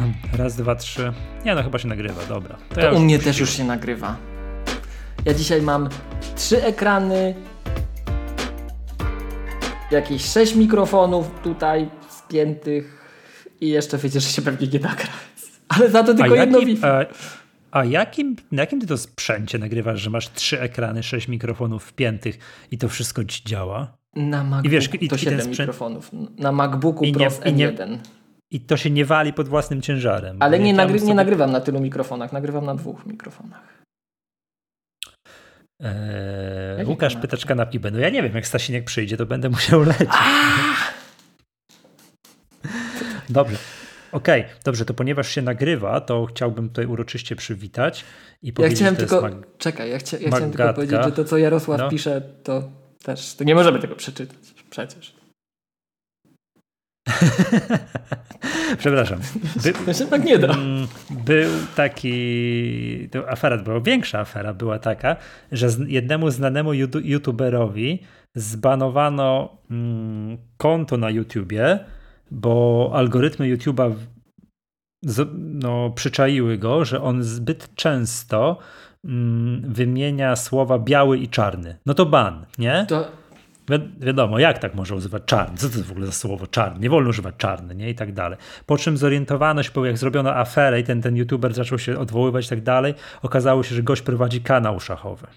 Raz, dwa, trzy. Nie, no chyba się nagrywa, dobra. To u mnie też już się nagrywa. Ja dzisiaj mam 3 ekrany, jakieś 6 mikrofonów tutaj spiętych i jeszcze wiecie, że się pewnie nie nagra. Ale za to tylko jedno Wi-Fi. Na jakim ty to sprzęcie nagrywasz, że masz 3 ekrany, 6 mikrofonów wpiętych i to wszystko ci działa? Na MacBooku to 7 mikrofonów. Na MacBooku Pro M1. I to się nie wali pod własnym ciężarem. Ale nie nagrywam na tylu mikrofonach, nagrywam na 2 mikrofonach. Łukasz pyta, czy kanapki będą. Ja nie wiem, jak Stasinek przyjdzie, to będę musiał lecieć. Dobrze. Okej, dobrze, to ponieważ się nagrywa, to chciałbym tutaj uroczyście przywitać i powiedzieć, ja chciałem tylko powiedzieć, że to, co Jarosław pisze, to też, to nie możemy tego przeczytać przecież. Przepraszam. To się tak nie da. Był taki, to afera, była większa afera, była taka, że jednemu znanemu youtuberowi zbanowano konto na YouTubie, bo algorytmy YouTube'a przyczaiły go, że on zbyt często wymienia słowa biały i czarny. No to ban, nie? Wiadomo, jak tak może używać czarny? Co to jest w ogóle za słowo czarny? Nie wolno używać czarny, nie? I tak dalej. Po czym zorientowano się, bo jak zrobiono aferę i ten youtuber zaczął się odwoływać i tak dalej, okazało się, że gość prowadzi kanał szachowy.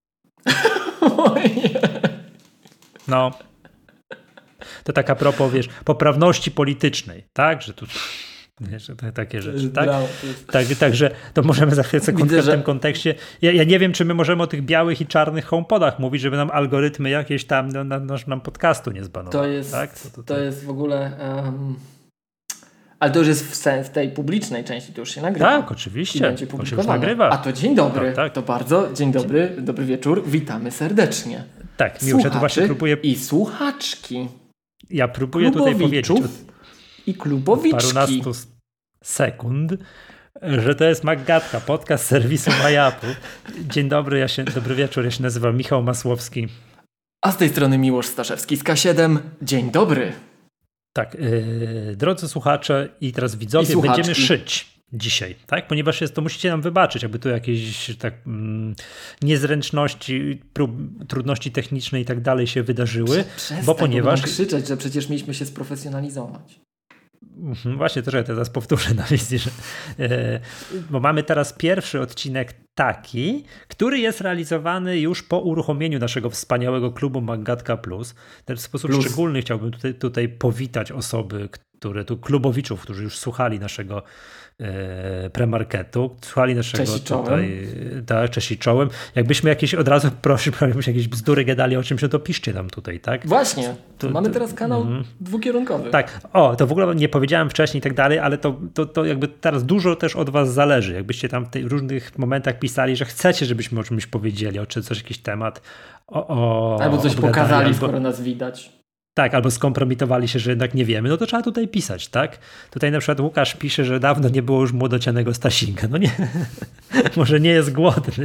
No. To tak a propos, wiesz, poprawności politycznej, tak? Że tu wiesz, takie rzeczy, tak? Także to możemy za chwilę sekundkę w tym kontekście. Ja nie wiem, czy my możemy o tych białych i czarnych HomePodach mówić, żeby nam algorytmy jakieś tam nam podcastu nie zbanowały. To jest w ogóle... Ale to już jest w tej publicznej części, to już się nagrywa. Tak, oczywiście. I będzie publikowane. A to dzień dobry. Tak. To bardzo dzień dobry, dobry wieczór. Witamy serdecznie. Tak, Miłosz, ja tu właśnie próbuję... i słuchaczki. Ja próbuję tutaj powiedzieć i klubowiczki. Od parunastu sekund, że to jest Maggatka, podcast serwisu MyApple. Dzień dobry, dobry wieczór, ja się nazywam Michał Masłowski. A z tej strony Miłosz Staszewski z K7. Dzień dobry. Tak, drodzy słuchacze i teraz widzowie, będziemy szyć dzisiaj, tak? Ponieważ to musicie nam wybaczyć, jakby tu jakieś niezręczności, trudności techniczne i tak dalej się wydarzyły. Bo ponieważ krzyczeć, że przecież mieliśmy się sprofesjonalizować. Właśnie, to ja teraz powtórzę na wizji, bo mamy teraz pierwszy odcinek taki, który jest realizowany już po uruchomieniu naszego wspaniałego klubu Maggatka Plus. W sposób szczególny chciałbym tutaj powitać osoby, klubowiczów, którzy już słuchali naszego premarketu, słuchali naszego cześć i czołem. Jakbyśmy jakieś od razu jakieś bzdury gadali o czymś, no to piszcie nam tutaj, tak? Właśnie, mamy teraz kanał dwukierunkowy. Tak, to w ogóle nie powiedziałem wcześniej i tak dalej, ale to jakby teraz dużo też od was zależy. Jakbyście tam w różnych momentach pisali, że chcecie, żebyśmy o czymś powiedzieli, jakiś temat. Albo coś pokazali, skoro nas widać. Tak, albo skompromitowali się, że jednak nie wiemy, no to trzeba tutaj pisać, tak? Tutaj na przykład Łukasz pisze, że dawno nie było już młodocianego Stasinka. No nie, może nie jest głodny.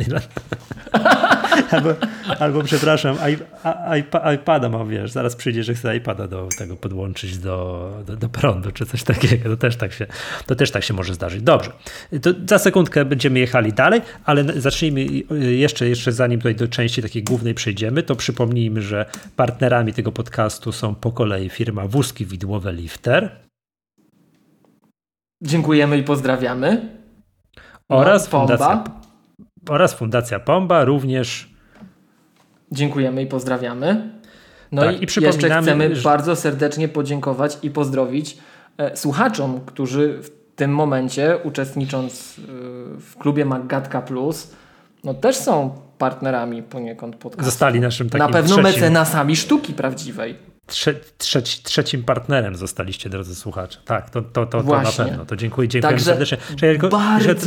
albo przepraszam, iPada ma, wiesz, zaraz przyjdzie, że chce iPada do tego podłączyć do prądu, czy coś takiego. To też tak się może zdarzyć. Dobrze, to za sekundkę będziemy jechali dalej, ale zacznijmy jeszcze zanim tutaj do części takiej głównej przejdziemy, to przypomnijmy, że partnerami tego podcastu są po kolei firma Wózki Widłowe Lifter. Dziękujemy i pozdrawiamy. Oraz Fundacja Pomba również. Dziękujemy i pozdrawiamy. I jeszcze chcemy bardzo serdecznie podziękować i pozdrowić słuchaczom, którzy w tym momencie, uczestnicząc w klubie Maggatka Plus, też są partnerami poniekąd podcastu. Zostali naszym takim na pewno mecenasami sztuki prawdziwej. Trzecim partnerem zostaliście, drodzy słuchacze. Tak, to na pewno. To dziękujemy serdecznie.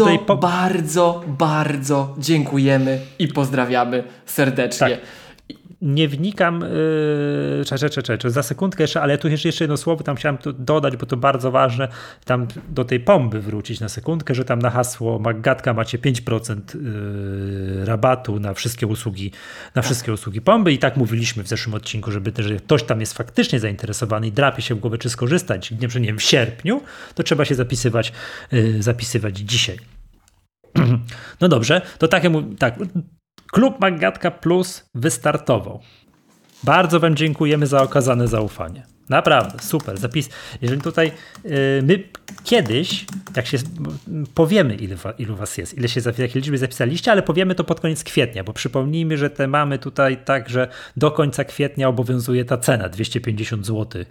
Bardzo dziękujemy i pozdrawiamy serdecznie. Tak. nie wnikam, za sekundkę jeszcze, ale tu jeszcze jedno słowo tam chciałem dodać, bo to bardzo ważne, tam do tej pomby wrócić na sekundkę, że tam na hasło Maggatka macie 5% rabatu na wszystkie usługi, wszystkie usługi pomby i tak mówiliśmy w zeszłym odcinku, żeby też, że ktoś tam jest faktycznie zainteresowany i drapie się w głowę, czy skorzystać, nie wiem, w sierpniu, to trzeba się zapisywać dzisiaj. No dobrze, to tak. Klub Maggatka Plus wystartował. Bardzo wam dziękujemy za okazane zaufanie. Naprawdę, super. Jeżeli tutaj my kiedyś, jak się powiemy, ilu was jest, jakie liczby zapisaliście, ale powiemy to pod koniec kwietnia, bo przypomnijmy, że mamy tutaj tak, że do końca kwietnia obowiązuje ta cena 250 zł,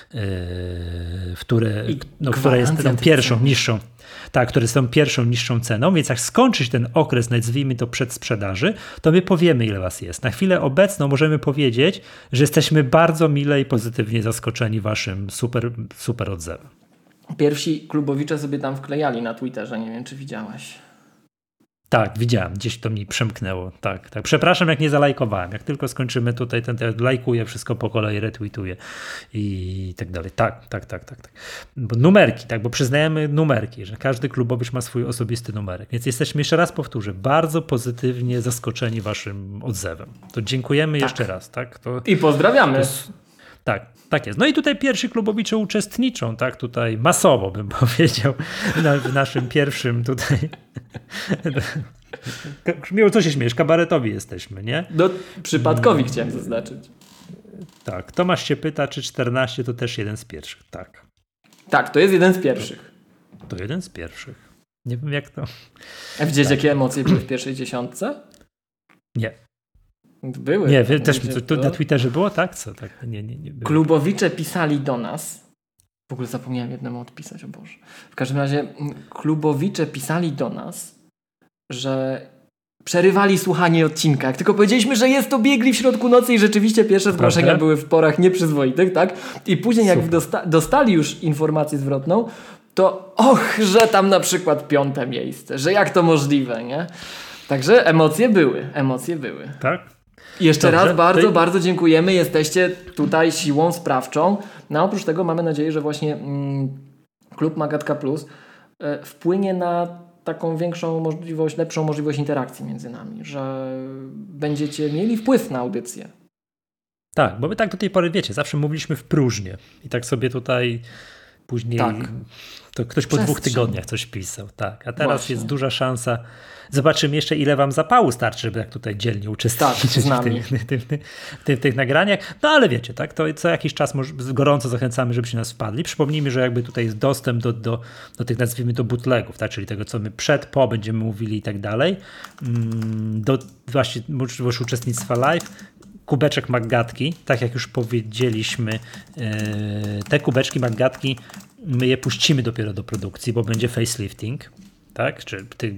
która jest tą pierwszą, niższą. Tak, które są pierwszą, niższą ceną, więc jak skończyć ten okres, nazwijmy to przedsprzedaży, to my powiemy, ile was jest. Na chwilę obecną możemy powiedzieć, że jesteśmy bardzo mile i pozytywnie zaskoczeni waszym super odzewem. Pierwsi klubowicze sobie tam wklejali na Twitterze, nie wiem, czy widziałaś. Tak, widziałem, gdzieś to mi przemknęło. Tak. Przepraszam, jak nie zalajkowałem. Jak tylko skończymy tutaj, ten lajkuję, wszystko po kolei retweetuję i tak dalej. Tak. Bo numerki, tak, bo przyznajemy numerki, że każdy klubowicz ma swój osobisty numerek. Więc jesteśmy, jeszcze raz powtórzę, bardzo pozytywnie zaskoczeni waszym odzewem. To dziękujemy jeszcze raz. Tak? I pozdrawiamy. Tak jest. No i tutaj pierwsi klubowicze uczestniczą, tak, tutaj masowo bym powiedział, w naszym pierwszym tutaj. Miło, co się śmiejesz, kabaretowi jesteśmy, nie? No, przypadkowi chciałem zaznaczyć. Tak, Tomasz się pyta, czy 14 to też jeden z pierwszych, tak. Tak, to jest jeden z pierwszych. To jeden z pierwszych. Nie wiem jak to. A widziałeś, jakie emocje były w pierwszej dziesiątce? Nie. Były. Nie, też to na Twitterze było, tak? Co? Tak, nie było. Klubowicze pisali do nas. W ogóle zapomniałem jednemu odpisać, o Boże. W każdym razie klubowicze pisali do nas, że przerywali słuchanie odcinka. Jak tylko powiedzieliśmy, że jest, to biegli w środku nocy i rzeczywiście pierwsze zgłoszenia były w porach nieprzyzwoitych, tak? I później jak dostali już informację zwrotną, to że tam na przykład 5. miejsce, że jak to możliwe, nie? Także emocje były. Tak? Jeszcze raz bardzo dziękujemy. Jesteście tutaj siłą sprawczą. No oprócz tego mamy nadzieję, że właśnie Klub Maggatka Plus wpłynie na taką lepszą możliwość interakcji między nami, że będziecie mieli wpływ na audycję. Tak, bo my tak do tej pory, wiecie, zawsze mówiliśmy w próżnię i tak sobie tutaj później to ktoś po 2 tygodniach coś pisał. Tak, a teraz jest duża szansa. Zobaczymy jeszcze, ile wam zapału starczy, żeby tak tutaj dzielnie uczestniczyć w tych nagraniach. No ale wiecie, tak, to co jakiś czas gorąco zachęcamy, żebyście nas wpadli. Przypomnijmy, że jakby tutaj jest dostęp do tych, nazwijmy to, bootlegów, tak, czyli tego, co my po będziemy mówili i tak dalej, do właśnie możliwość uczestnictwa live. Kubeczek Maggatki, tak jak już powiedzieliśmy, te kubeczki Maggatki my je puścimy dopiero do produkcji, bo będzie facelifting, tak? Czy tych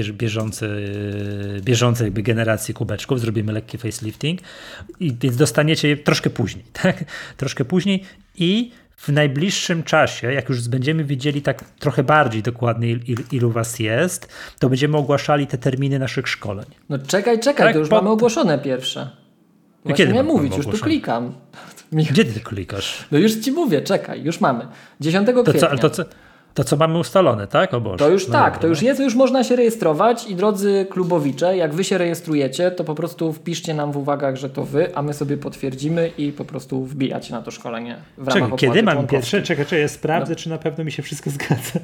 bieżące jakby generacji kubeczków, zrobimy lekki facelifting, więc dostaniecie je troszkę później, tak? Troszkę później i w najbliższym czasie, jak już będziemy wiedzieli tak trochę bardziej dokładnie, ilu was jest, to będziemy ogłaszali te terminy naszych szkoleń. No czekaj, tak? To już mamy ogłoszone pierwsze. Właśnie miałem mówić, już tu klikam. Gdzie ty klikasz? No już ci mówię, czekaj, już mamy. 10 kwietnia. To co mamy ustalone, tak? O Boże. To już to już jest, już można się rejestrować i drodzy klubowicze, jak wy się rejestrujecie, to po prostu wpiszcie nam w uwagach, że to wy, a my sobie potwierdzimy i po prostu wbijacie na to szkolenie w ramach opłaty kiedy mam pierwsze? Czekaj, ja sprawdzę, czy na pewno mi się wszystko zgadza.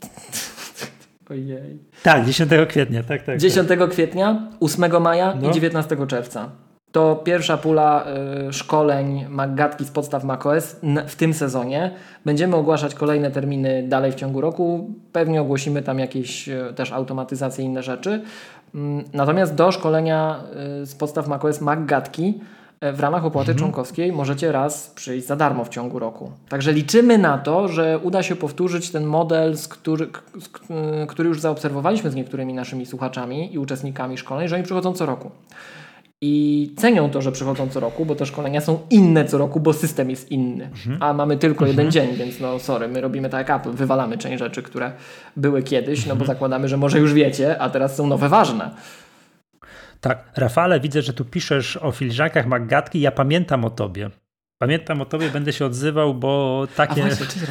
Ojej. Tak, 10 kwietnia, tak. 10 kwietnia, 8 maja i 19 czerwca. To pierwsza pula szkoleń Maggatki z podstaw macOS w tym sezonie. Będziemy ogłaszać kolejne terminy dalej w ciągu roku. Pewnie ogłosimy tam jakieś też automatyzacje i inne rzeczy. Natomiast do szkolenia z podstaw macOS Maggatki w ramach opłaty członkowskiej możecie raz przyjść za darmo w ciągu roku. Także liczymy na to, że uda się powtórzyć ten model, który już zaobserwowaliśmy z niektórymi naszymi słuchaczami i uczestnikami szkoleń, że oni przychodzą co roku. I cenią to, że przychodzą co roku, bo te szkolenia są inne co roku, bo system jest inny. A mamy tylko jeden dzień, więc my robimy tak jak Apple, wywalamy część rzeczy, które były kiedyś, bo zakładamy, że może już wiecie, a teraz są nowe ważne. Tak, Rafale, widzę, że tu piszesz o filiżankach Maggatki. Ja pamiętam o tobie. Będę się odzywał, bo takie...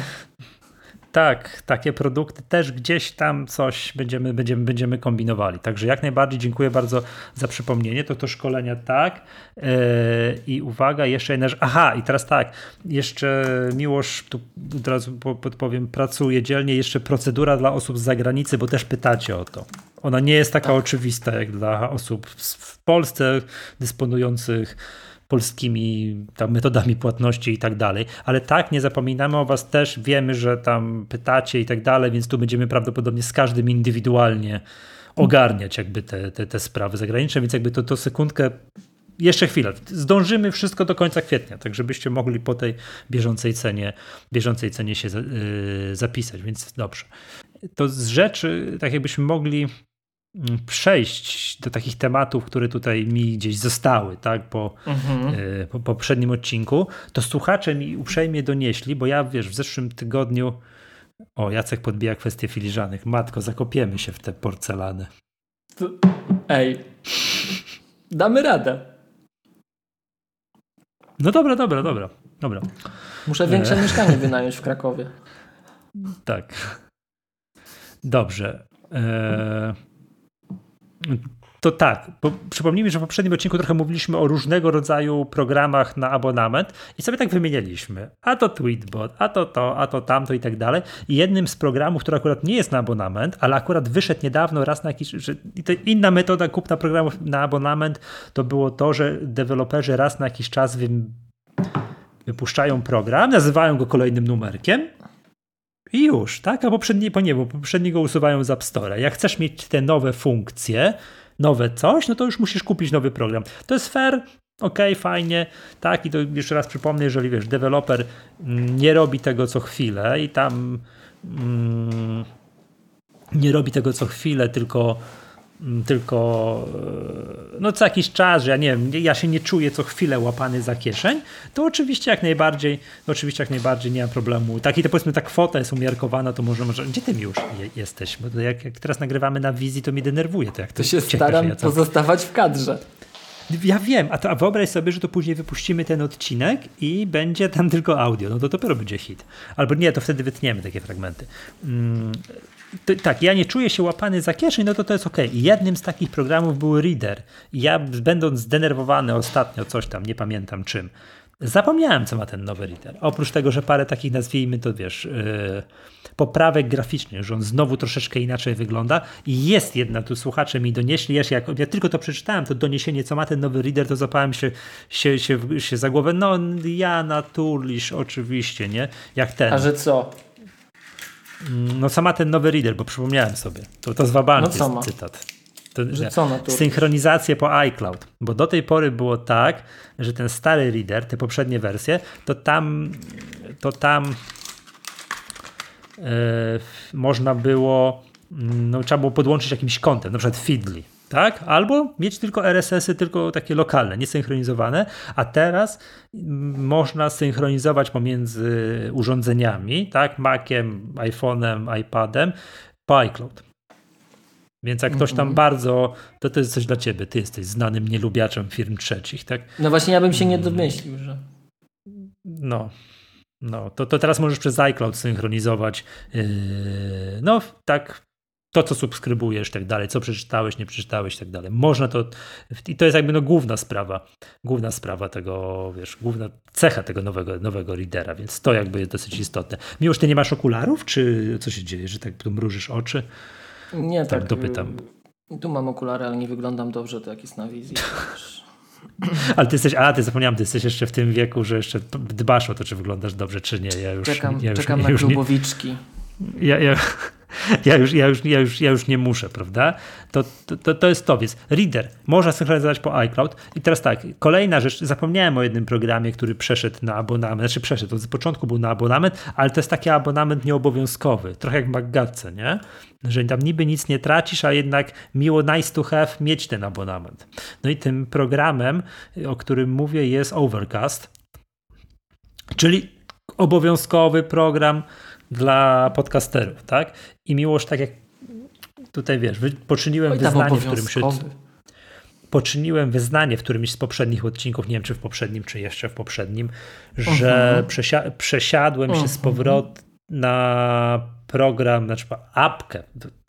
Tak, takie produkty też gdzieś tam coś będziemy kombinowali. Także jak najbardziej dziękuję bardzo za przypomnienie. To szkolenia tak. I uwaga, jeszcze jedna rzecz. Aha, i teraz tak, jeszcze Miłosz, tu od razu podpowiem, pracuje dzielnie, jeszcze procedura dla osób z zagranicy, bo też pytacie o to. Ona nie jest taka oczywista jak dla osób w Polsce dysponujących polskimi tam metodami płatności i tak dalej, ale tak, nie zapominamy o was też, wiemy, że tam pytacie i tak dalej, więc tu będziemy prawdopodobnie z każdym indywidualnie ogarniać jakby te sprawy zagraniczne, więc jakby to sekundkę, jeszcze chwilę, zdążymy wszystko do końca kwietnia, tak żebyście mogli po tej bieżącej cenie się zapisać, więc dobrze. To z rzeczy, tak jakbyśmy mogli przejść do takich tematów, które tutaj mi gdzieś zostały, tak, po poprzednim odcinku, to słuchacze mi uprzejmie donieśli, bo ja, w zeszłym tygodniu Jacek podbija kwestię filiżanek. Matko, zakopiemy się w te porcelany. Ej, damy radę. No dobra. Muszę większe mieszkanie wynająć w Krakowie. Tak. Dobrze. To tak, bo przypomnijmy, że w poprzednim odcinku trochę mówiliśmy o różnego rodzaju programach na abonament i sobie tak wymienialiśmy. A to Tweetbot, a to tamto i tak dalej. I jednym z programów, który akurat nie jest na abonament, ale akurat wyszedł niedawno raz na jakiś... I to inna metoda kupna programów na abonament to było to, że deweloperzy raz na jakiś czas wypuszczają program, nazywają go kolejnym numerkiem i już, tak? A poprzedniego usuwają z App Store'a. Jak chcesz mieć te nowe funkcje, nowe coś, no to już musisz kupić nowy program. To jest fair, okej, fajnie, tak? I to jeszcze raz przypomnę, jeżeli deweloper nie robi tego co chwilę i tam nie robi tego co chwilę, tylko no co jakiś czas, że ja nie wiem, ja się nie czuję co chwilę łapany za kieszeń, to oczywiście jak najbardziej nie ma problemu. Tak, i to powiedzmy ta kwota jest umiarkowana, to może gdzie ty już jesteś? Bo jak teraz nagrywamy na wizji, to mnie denerwuje. To się staram pozostawać w kadrze. Ja wiem, a wyobraź sobie, że to później wypuścimy ten odcinek i będzie tam tylko audio, no to dopiero będzie hit. Albo nie, to wtedy wytniemy takie fragmenty. Tak, ja nie czuję się łapany za kieszeń, no to jest okej. I jednym z takich programów był Reader. I ja, będąc zdenerwowany ostatnio coś tam, nie pamiętam czym, zapomniałem, co ma ten nowy Reader. Oprócz tego, że parę takich, nazwijmy to, poprawek graficznych, że on znowu troszeczkę inaczej wygląda. I jest jedna, tu słuchacze mi donieśli, jak ja tylko to przeczytałem, to doniesienie, co ma ten nowy Reader, to zapałem się za głowę. No, ja naturlisz, oczywiście, nie? Jak ten. A że co? No co ma ten nowy Reader, bo przypomniałem sobie. To z Wabank jest cytat. Synchronizację po iCloud. Bo do tej pory było tak, że ten stary Reader, te poprzednie wersje, to tam można było, trzeba było podłączyć jakimś kontem, na przykład Feedly. Tak? Albo mieć tylko RSS-y, tylko takie lokalne, niesynchronizowane, a teraz można synchronizować pomiędzy urządzeniami, tak? Maciem, iPhone'em, iPadem, po iCloud. Więc jak ktoś tam bardzo, to jest coś dla ciebie, ty jesteś znanym nielubiaczem firm trzecich, tak? No właśnie, ja bym się nie domyślił, że... No, to teraz możesz przez iCloud synchronizować, tak, to, co subskrybujesz i tak dalej, co przeczytałeś, nie przeczytałeś i tak dalej. Można to, i to jest jakby główna sprawa tego, główna cecha tego nowego Readera, więc to jakby jest dosyć istotne. Miłosz, ty nie masz okularów, czy co się dzieje, że tak tu mrużysz oczy? Nie, tak dopytam. Tu mam okulary, ale nie wyglądam dobrze, to jak jest na wizji. Ale ty zapomniałem, ty jesteś jeszcze w tym wieku, że jeszcze dbasz o to, czy wyglądasz dobrze, czy nie. Czekam na klubowiczki. Ja już nie muszę, prawda? To jest to, więc Reader można synchronizować po iCloud. I teraz tak, kolejna rzecz, zapomniałem o jednym programie, który przeszedł na abonament, z początku był na abonament, ale to jest taki abonament nieobowiązkowy, trochę jak w Maggatce, nie? Że tam niby nic nie tracisz, a jednak miło nice to have mieć ten abonament. No i tym programem, o którym mówię, jest Overcast, czyli obowiązkowy program dla podcasterów, tak? I Miłosz, tak jak tutaj poczyniłem wyznanie, w którym się... poczyniłem wyznanie w którymś z poprzednich odcinków, nie wiem czy w poprzednim, czy jeszcze w poprzednim, że przesiadłem się z powrotem na program, znaczy apkę,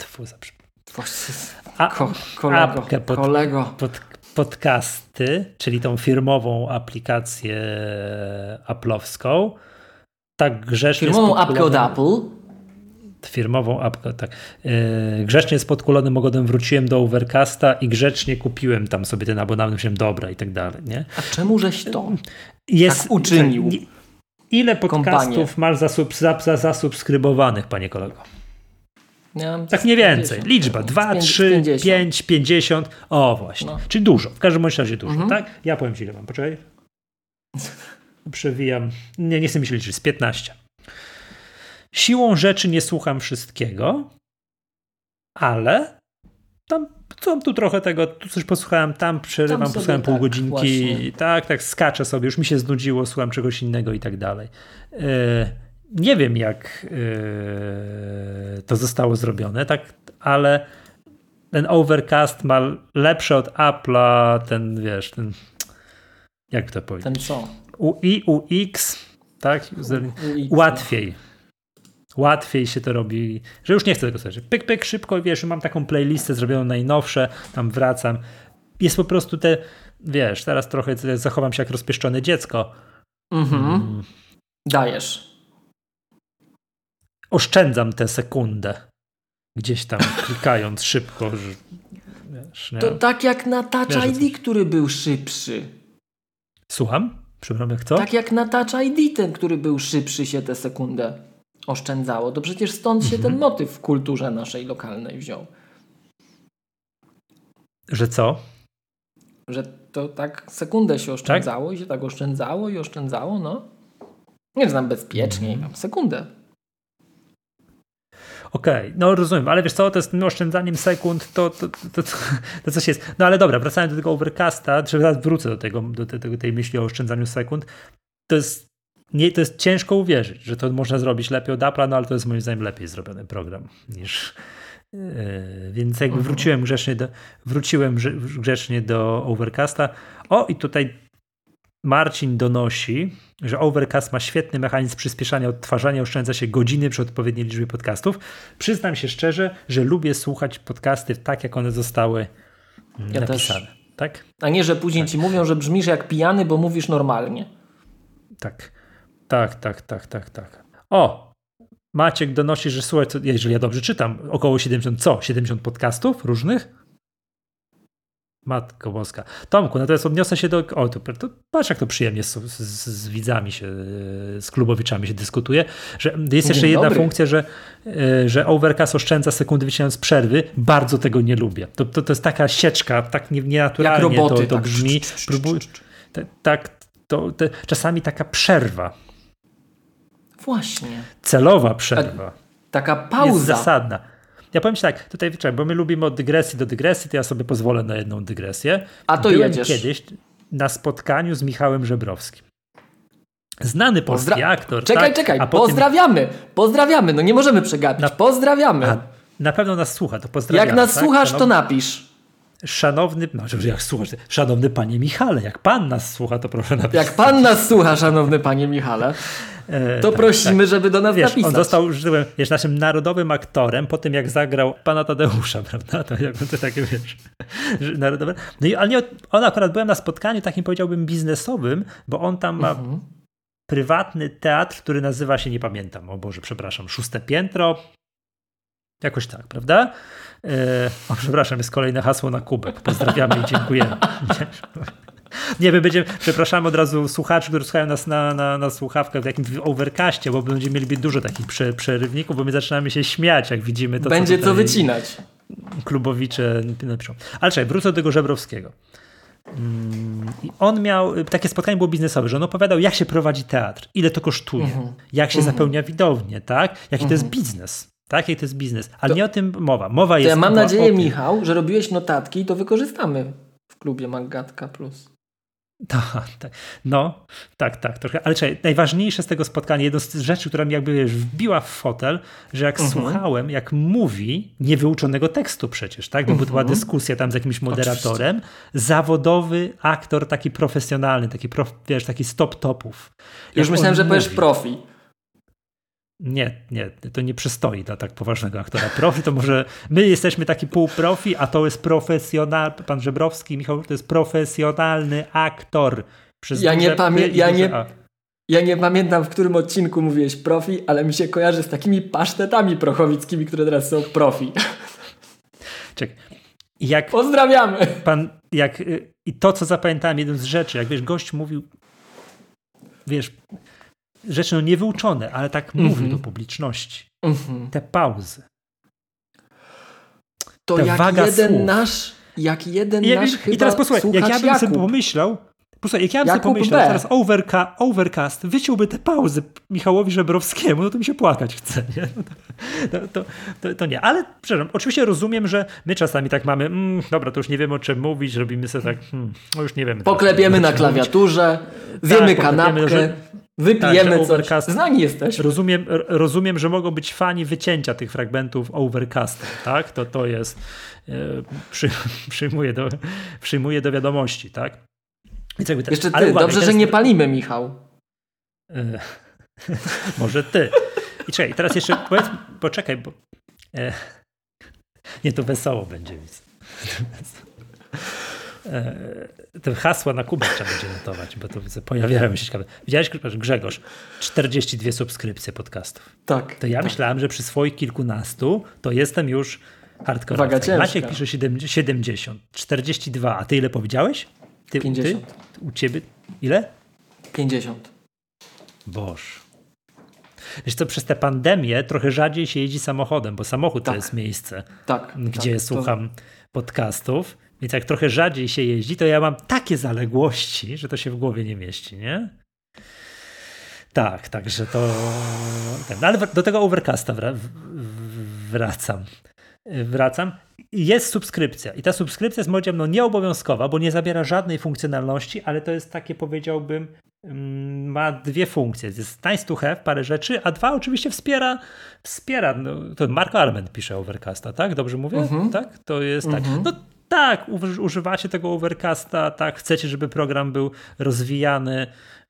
apkę podcasty, czyli tą firmową aplikację Apple'owską. Tak grzecznie firmową apkę od Apple. Firmową apkę, tak. Grzecznie z podkulonym ogonem wróciłem do Overcasta i grzecznie kupiłem tam sobie ten abonament, myślałem dobra i tak dalej, nie? A czemu żeś to tak uczynił? Ile podcastów masz zasubskrybowanych, panie kolego? Tak mniej więcej. Liczba 2, 3, 5, 50. O właśnie. No. Czyli dużo. W każdym razie dużo, tak? Ja powiem ci ile mam. Poczekaj. Przewijam. Nie chcę mi się liczyć. Z 15. Siłą rzeczy nie słucham wszystkiego, ale tam tu trochę tego, tu coś posłuchałem, tam przerywam, posłuchałem pół godzinki, tak, skaczę sobie, już mi się znudziło, słucham czegoś innego i tak dalej. Nie wiem jak to zostało zrobione, tak, ale ten Overcast ma lepsze od Apple'a, ten jak to powiedzieć? Ten co? UX, tak? Łatwiej się to robi, że już nie chcę tego słuchać. Pyk, szybko, mam taką playlistę zrobioną najnowsze, tam wracam. Jest po prostu teraz trochę zachowam się jak rozpieszczone dziecko. Dajesz. Oszczędzam tę sekundę. Gdzieś tam klikając szybko. To tak jak na Touch ID, który był szybszy. Słucham? Przepraszam, jak co? Tak jak na Touch ID ten, który był szybszy, się tę sekundę oszczędzało. To przecież stąd się ten motyw w kulturze naszej lokalnej wziął. Że co? Że to tak sekundę się oszczędzało, tak? I się tak oszczędzało, no. Nie znam bezpieczniej, mam sekundę. Okej, no rozumiem, ale wiesz co, to z tym oszczędzaniem sekund, to coś jest. No ale dobra, wracając do tego Overcasta, zaraz wrócę do tej myśli o oszczędzaniu sekund. To jest ciężko uwierzyć, że to można zrobić lepiej od Apple'a, no ale to jest moim zdaniem lepiej zrobiony program niż... Więc jakby wróciłem grzecznie do Overcasta. O, i tutaj Marcin donosi, że Overcast ma świetny mechanizm przyspieszania odtwarzania, oszczędza się godziny przy odpowiedniej liczbie podcastów. Przyznam się szczerze, że lubię słuchać podcasty tak, jak one zostały napisane. Też. Tak? A nie, że później ci mówią, że brzmisz jak pijany, bo mówisz normalnie. Tak. O! Maciek donosi, że słuchaj, jeżeli ja dobrze czytam, około 70 podcastów różnych? Matko Boska. Tomku, natomiast odniosę się do... to patrz jak to przyjemnie z widzami się, z klubowiczami się dyskutuje, że jest jeszcze jedna funkcja, że Overcast oszczędza sekundy wycinając przerwy. Bardzo tego nie lubię. To jest taka sieczka, tak nienaturalnie jak roboty, to brzmi. Czasami taka przerwa. Właśnie. Celowa przerwa. Taka pauza. Jest zasadna. Ja powiem ci tak, tutaj bo my lubimy od dygresji do dygresji, to ja sobie pozwolę na jedną dygresję. A to Byłem jedziesz. Kiedyś na spotkaniu z Michałem Żebrowskim. Znany polski aktor. Czekaj, pozdrawiamy, no nie możemy przegapić, pozdrawiamy. Na pewno nas słucha, to pozdrawiamy. Jak nas słuchasz, to napisz. Szanowny panie Michale, jak pan nas słucha, to proszę napisać. Jak pan nas słucha, szanowny panie Michale, to prosimy, żeby do nas napisać. On został naszym narodowym aktorem po tym, jak zagrał pana Tadeusza, prawda? To takie narodowe. No i on akurat byłem na spotkaniu takim, powiedziałbym, biznesowym, bo on tam ma prywatny teatr, który nazywa się, nie pamiętam, o Boże, przepraszam, 6. piętro. Jakoś tak, prawda? Przepraszam, jest kolejne hasło na kubek. Pozdrawiamy i dziękujemy. Nie, przepraszamy od razu słuchaczy, którzy słuchają nas na słuchawkach w jakimś Overcaście, bo będziemy mieli dużo takich przerywników, bo my zaczynamy się śmiać, jak widzimy to. Będzie co wycinać. Klubowicze napiszą. Ale czekaj, wrócę do tego Żebrowskiego. I on miał, takie spotkanie było biznesowe, że on opowiadał, jak się prowadzi teatr, ile to kosztuje, jak się zapełnia widownię, tak? Jaki to jest biznes. Tak, jak to jest biznes. Ale nie o tym mowa. Mowa jest. Ja mam nadzieję, Michał, że robiłeś notatki i to wykorzystamy w klubie Magatka Plus. Tak. No, tak, trochę. Ale czekaj, najważniejsze z tego spotkania, jedno z rzeczy, która mi jakby wbiła w fotel, że jak słuchałem, jak mówi niewyuczonego tekstu przecież, tak? No bo to była dyskusja tam z jakimś moderatorem, zawodowy aktor, taki profesjonalny, taki stop-topów. Już myślałem, że powiesz profi. Nie, to nie przystoi dla tak poważnego aktora. Profi to może, my jesteśmy taki półprofi, a to jest profesjonalny, pan Żebrowski, Michał, to jest profesjonalny aktor. Ja nie pamiętam, w którym odcinku mówiłeś profi, ale mi się kojarzy z takimi pasztetami prochowickimi, które teraz są profi. Czekaj. Pozdrawiamy! I to, co zapamiętałem, jeden z rzeczy, jak gość mówił, rzeczy niewyuczone, ale tak mówił do publiczności. Te pauzy. To ta jak waga jeden słów. nasz chyba i teraz posłuchaj, jak ja bym sobie pomyślał, teraz Overcast wyciąłby te pauzy Michałowi Żebrowskiemu, no to mi się płakać chce, nie? To nie. Ale przepraszam, oczywiście rozumiem, że my czasami tak mamy, dobra, to już nie wiemy, o czym mówić, robimy sobie tak, no już nie wiemy. Poklepiemy na klawiaturze, zjemy kanapkę, wypijemy coś. Znani jesteśmy. Rozumiem, że mogą być fani wycięcia tych fragmentów Overcasta, tak? To jest, przyjmuję do wiadomości, tak? Jeszcze ty, dobrze, że nie palimy, Michał. Może ty. I czekaj, teraz jeszcze poczekaj, bo nie, to wesoło będzie. Te hasła na kubek trzeba będzie notować, bo to pojawiają się ciekawe. Widziałeś, Grzegorz, 42 subskrypcje podcastów. Tak. To ja myślałem, że przy swoich kilkunastu to jestem już hardcore. Waga ciężka. Maciek pisze 70, 42. A ty ile powiedziałeś? 50. Ty? U ciebie ile? 50. Boż. Wiesz co, przez tę pandemię trochę rzadziej się jeździ samochodem, bo samochód to jest miejsce, gdzie słucham podcastów. Więc jak trochę rzadziej się jeździ, to ja mam takie zaległości, że to się w głowie nie mieści, nie? Tak, także to... No ale do tego Overcasta wracam. Jest subskrypcja i ta subskrypcja jest moim zdaniem nieobowiązkowa, bo nie zabiera żadnej funkcjonalności, ale to jest takie, powiedziałbym, ma dwie funkcje. Jest nice to have, parę rzeczy, a dwa oczywiście wspiera to Mark Arment pisze Overcasta, tak? Dobrze mówię? Tak? To jest tak. No tak, używacie tego Overcasta, tak, chcecie, żeby program był rozwijany,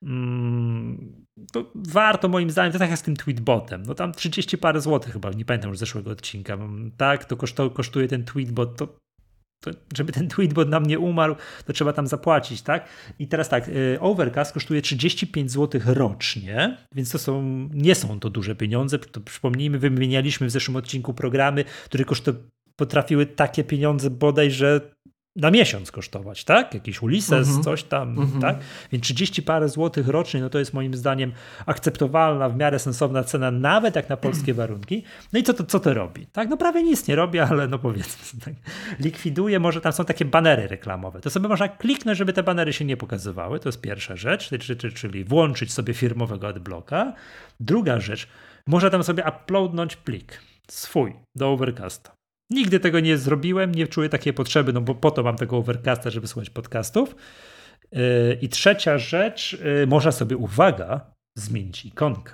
to warto moim zdaniem, to tak jak z tym Tweetbotem, no tam 30 parę złotych chyba, nie pamiętam już zeszłego odcinka, tak, to kosztuje ten Tweetbot, to żeby ten Tweetbot nam nie umarł, to trzeba tam zapłacić, tak? I teraz tak, Overcast kosztuje 35 zł rocznie, więc nie są to duże pieniądze, to przypomnijmy, wymienialiśmy w zeszłym odcinku programy, które potrafiły takie pieniądze bodajże na miesiąc kosztować, tak? Jakiś Ulysses, coś tam, tak? Więc 30 parę złotych rocznie, no to jest moim zdaniem akceptowalna, w miarę sensowna cena, nawet jak na polskie warunki. No i co to robi? Tak? No prawie nic nie robi, ale no powiedzmy, tak? Likwiduje, może tam są takie banery reklamowe. To sobie można kliknąć, żeby te banery się nie pokazywały. To jest pierwsza rzecz, czyli włączyć sobie firmowego adblocka. Druga rzecz, można tam sobie uploadnąć plik swój do Overcasta. Nigdy tego nie zrobiłem, nie czuję takiej potrzeby, no bo po to mam tego Overcasta, żeby słuchać podcastów. I trzecia rzecz, można sobie, uwaga, zmienić ikonkę.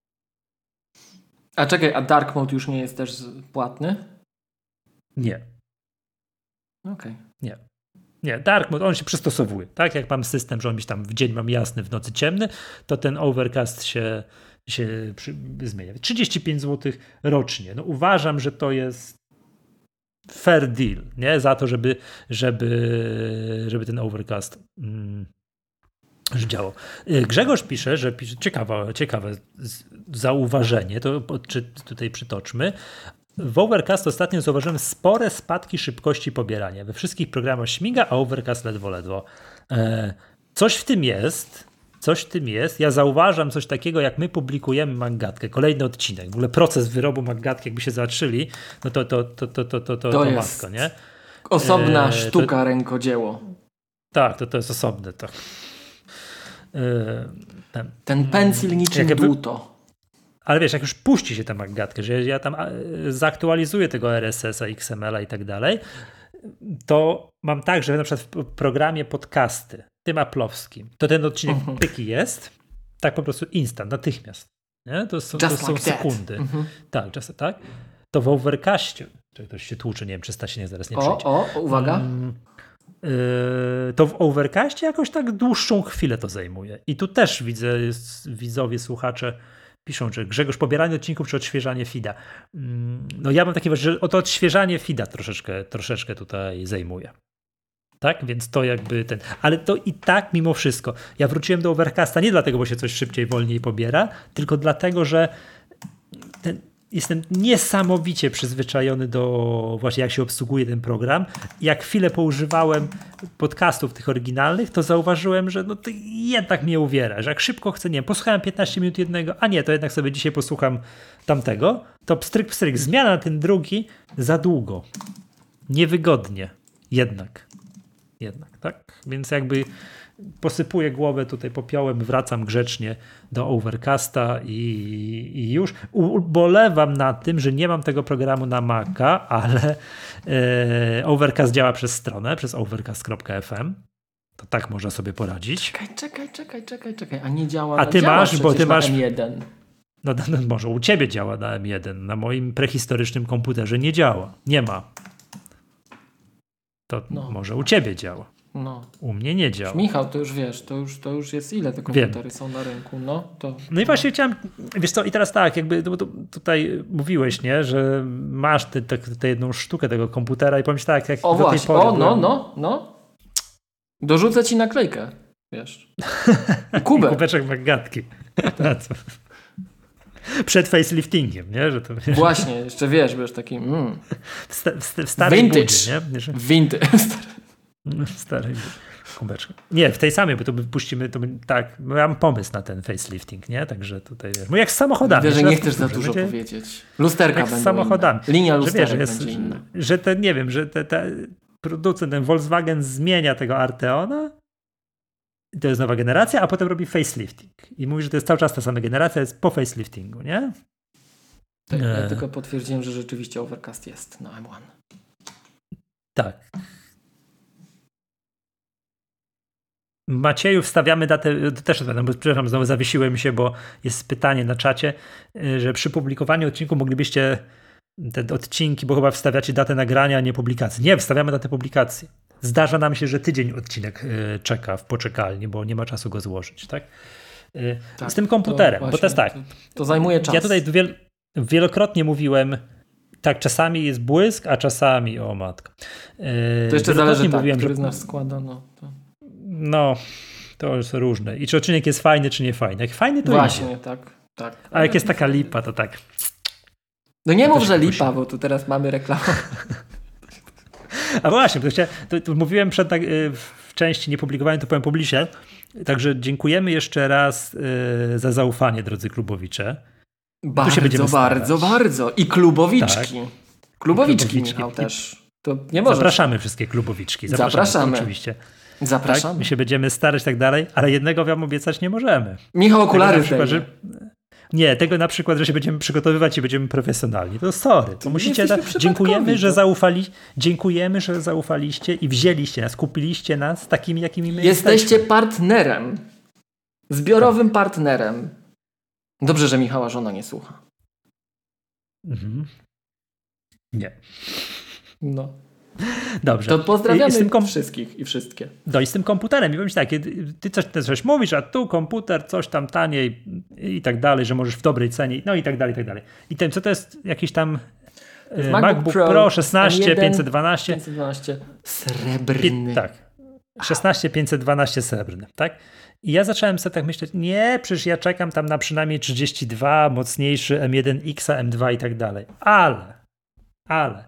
A czekaj, a Dark Mode już nie jest też płatny? Nie. Okej. Nie, Dark Mode, on się przystosowuje. Tak jak mam system, że on mi tam w dzień mam jasny, w nocy ciemny, to ten Overcast się zmienia. 35 zł rocznie. No uważam, że to jest fair deal, nie? Za to, żeby ten Overcast działał. Grzegorz pisze, że ciekawe zauważenie, to tutaj przytoczmy. W Overcast ostatnio zauważyłem spore spadki szybkości pobierania. We wszystkich programach śmiga, a Overcast ledwo. Coś w tym jest. Ja zauważam coś takiego, jak my publikujemy Maggatkę. Kolejny odcinek. W ogóle proces wyrobu Maggatki, jakby się zaczęli, no to jest matko, nie? Osobna sztuka, rękodzieło. Tak, to jest osobne. Tak. Ten pencil niczym buto. Ale wiesz, jak już puści się tę Maggatkę, że ja tam zaktualizuję tego RSS-a, XML-a i tak dalej, to mam tak, że na przykład w programie podcasty tym Apple'owskim, to ten odcinek pyki jest, tak po prostu instant, natychmiast. Nie? To są sekundy. Tak, tak. To w Overcastie, czy ktoś się tłucze, nie wiem, czy Stasiek zaraz nie przyjdzie. Uwaga. To w Overcastie jakoś tak dłuższą chwilę to zajmuje. I tu też widzę, widzowie, słuchacze piszą, czy Grzegorz, pobieranie odcinków, czy odświeżanie feeda. No ja mam takie wrażenie, że to odświeżanie feeda troszeczkę tutaj zajmuje. Tak? Więc to jakby ale to i tak mimo wszystko. Ja wróciłem do Overcasta nie dlatego, bo się coś szybciej, wolniej pobiera, tylko dlatego, że jestem niesamowicie przyzwyczajony do właśnie jak się obsługuje ten program. Jak chwilę poużywałem podcastów tych oryginalnych, to zauważyłem, że to jednak mnie uwiera, że jak szybko chcę, nie wiem, posłuchałem 15 minut jednego, a nie, to jednak sobie dzisiaj posłucham tamtego, to pstryk, zmiana na ten drugi za długo. Niewygodnie. Jednak, tak? Więc jakby posypuję głowę tutaj popiołem, wracam grzecznie do Overcasta i już ubolewam nad tym, że nie mam tego programu na Maca, ale Overcast działa przez stronę, przez overcast.fm. To tak można sobie poradzić. Czekaj, a nie działa. A ty masz, bo ty masz M1. No może u ciebie działa na M1, na moim prehistorycznym komputerze nie działa. Nie ma. To może u ciebie działa. U mnie nie działa. Michał, to już wiesz, to już jest ile te komputery są na rynku. No i właśnie chciałem, wiesz co, i teraz tak, jakby tutaj mówiłeś, nie, że masz tę jedną sztukę tego komputera i pomyśl tak, jak do tej pory dorzucę ci naklejkę, wiesz. Kubek. I kubeczek magatki. Przed faceliftingiem, nie? Że to, właśnie, jeszcze wiesz taki w starej vintage. Budzie, nie? Vintage. Stary kubeczek. Nie, w tej samej, bo to puścimy, tak, mam pomysł na ten facelifting, nie? Także tutaj, wiesz, jak z samochodami. Wiesz, że nie chcesz za dużo powiedzieć. Lusterka będą z samochodami. Inne. Linia lusterek że będzie inna. Że nie wiem, że producent, ten Volkswagen zmienia tego Arteona, to jest nowa generacja, a potem robi facelifting. I mówi, że to jest cały czas ta sama generacja, jest po faceliftingu, nie? Tak, ja tylko potwierdziłem, że rzeczywiście Overcast jest na M1. Tak. Macieju, wstawiamy datę, też bo przepraszam, znowu zawiesiłem się, bo jest pytanie na czacie, że przy publikowaniu odcinku moglibyście te odcinki, bo chyba wstawiacie datę nagrania, a nie publikacji. Nie, wstawiamy datę publikacji. Zdarza nam się, że tydzień odcinek czeka w poczekalni, bo nie ma czasu go złożyć, tak? Z tym komputerem, bo to jest tak. To zajmuje czas. Ja tutaj wielokrotnie mówiłem, tak, czasami jest błysk, a czasami, o matko. To jeszcze zależy, który z nas składa, No, to jest różne. I czy odcinek jest fajny, czy nie fajny. Jak fajny, to właśnie, idzie. tak. A jak jest taka lipa, to tak. No nie mów, że lipa, bo tu teraz mamy reklamę. A właśnie, to mówiłem w części niepublikowanej, to powiem publicznie. Także dziękujemy jeszcze raz za zaufanie, drodzy klubowicze. Bardzo. I klubowiczki. Tak. Klubowiczki, Michał, też. To nie możesz. Zapraszamy wszystkie klubowiczki. Zapraszamy. Oczywiście. Zapraszamy. Tak? My się będziemy starać tak dalej, ale jednego wam obiecać nie możemy. Michał, okulary Nie, tego na przykład, że się będziemy przygotowywać i będziemy profesjonalni. To sorry. To musicie dziękujemy, że zaufaliście i wzięliście nas, kupiliście nas takimi, jakimi my jesteście partnerem. Zbiorowym partnerem. Dobrze, że Michała żona nie słucha. Nie. No. Dobrze. To pozdrawiamy wszystkich i wszystkie. I z tym komputerem. I powiem tak, ty coś mówisz, a tu komputer, coś tam taniej i tak dalej, że możesz w dobrej cenie, no i tak dalej, i tak dalej. I ten, co to jest jakiś tam MacBook Pro 16, 512. 512 srebrny. Tak. 16, 512 srebrny, tak? I ja zacząłem sobie tak myśleć, nie, przecież ja czekam tam na przynajmniej 32, mocniejszy M1X, M2 i tak dalej. Ale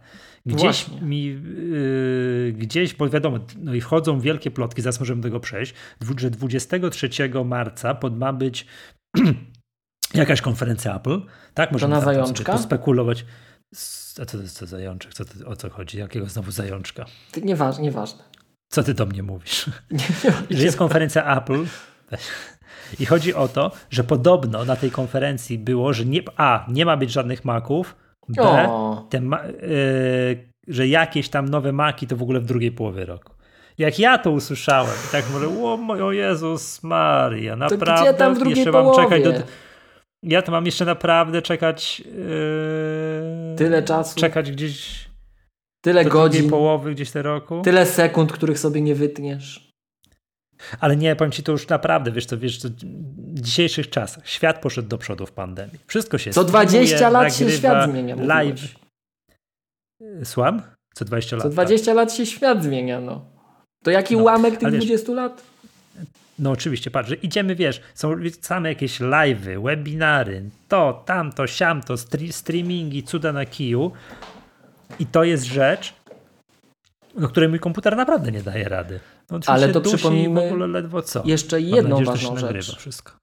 gdzieś, bo wiadomo, no i wchodzą wielkie plotki, zaraz możemy do tego przejść, że 23 marca ma być jakaś konferencja Apple, tak? Możemy to na zajączka? Pospekulować. A co to jest zajączek? O co chodzi? Jakiego znowu zajączka? Nieważne. Co ty do mnie mówisz? Że jest konferencja Apple i chodzi o to, że podobno na tej konferencji było, że nie ma być żadnych Maców, że jakieś tam nowe Maci to w ogóle w drugiej połowie roku. jak ja to usłyszałem, tak mówię, o Jezus Maria, naprawdę, to gdzie tam w drugiej jeszcze połowie? mam czekać ja to mam jeszcze naprawdę czekać tyle czasu, czekać gdzieś tyle do godzin, drugiej połowy gdzieś tego roku, tyle sekund, których sobie nie wytniesz. Ale nie, powiem ci, to już naprawdę, wiesz co, w dzisiejszych czasach świat poszedł do przodu w pandemii. Wszystko się Co 20 lat się świat zmienia. Live. Słucham? Co 20 lat. Co 20 lat się świat zmienia, no. To jaki ułamek tych 20 lat? No oczywiście, patrz, że idziemy, wiesz, są same jakieś live'y, webinary, to, tamto, siamto, streamingi, cuda na kiju i to jest rzecz, do której mój komputer naprawdę nie daje rady. Ale to przypomnijmy w ogóle ledwo co. Jeszcze jedną ważną rzecz. Wszystko.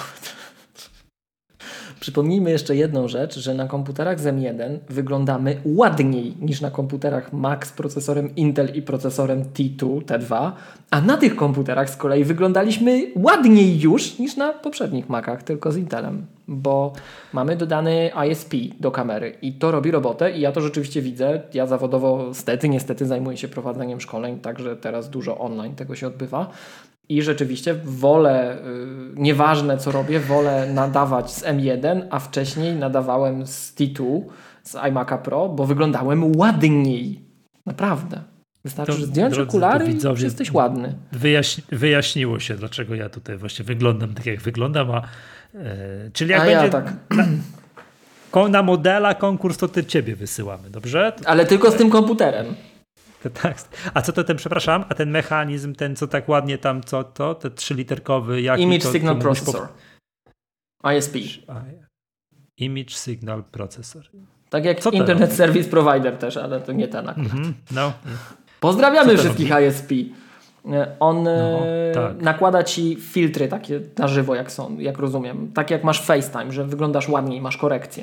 Przypomnijmy jeszcze jedną rzecz, że na komputerach z M1 wyglądamy ładniej niż na komputerach Mac z procesorem Intel i procesorem T2, a na tych komputerach z kolei wyglądaliśmy ładniej już niż na poprzednich Macach, tylko z Intelem, bo mamy dodany ISP do kamery i to robi robotę i ja to rzeczywiście widzę. Ja zawodowo niestety zajmuję się prowadzeniem szkoleń, także teraz dużo online tego się odbywa. I rzeczywiście wolę, nieważne co robię, wolę nadawać z M1, a wcześniej nadawałem z T2, z iMac'a Pro, bo wyglądałem ładniej. Naprawdę. Wystarczy, że zdjąć okulary i już jesteś ładny. Wyjaśniło się, dlaczego ja tutaj właśnie wyglądam tak, jak wyglądam. Czyli jak będzie tak. na modela konkurs, to ciebie wysyłamy, dobrze? Ale tylko z tym komputerem. Tak. A co to przepraszam, a ten mechanizm, ten co tak ładnie tam, te 3-literkowy... Image Signal Processor. ISP. Image Signal Processor. Tak jak Internet Service Provider też, ale to nie ten akurat. No. Pozdrawiamy wszystkich ISP. On nakłada ci filtry takie na żywo, jak rozumiem. Tak jak masz FaceTime, że wyglądasz ładniej, masz korekcję.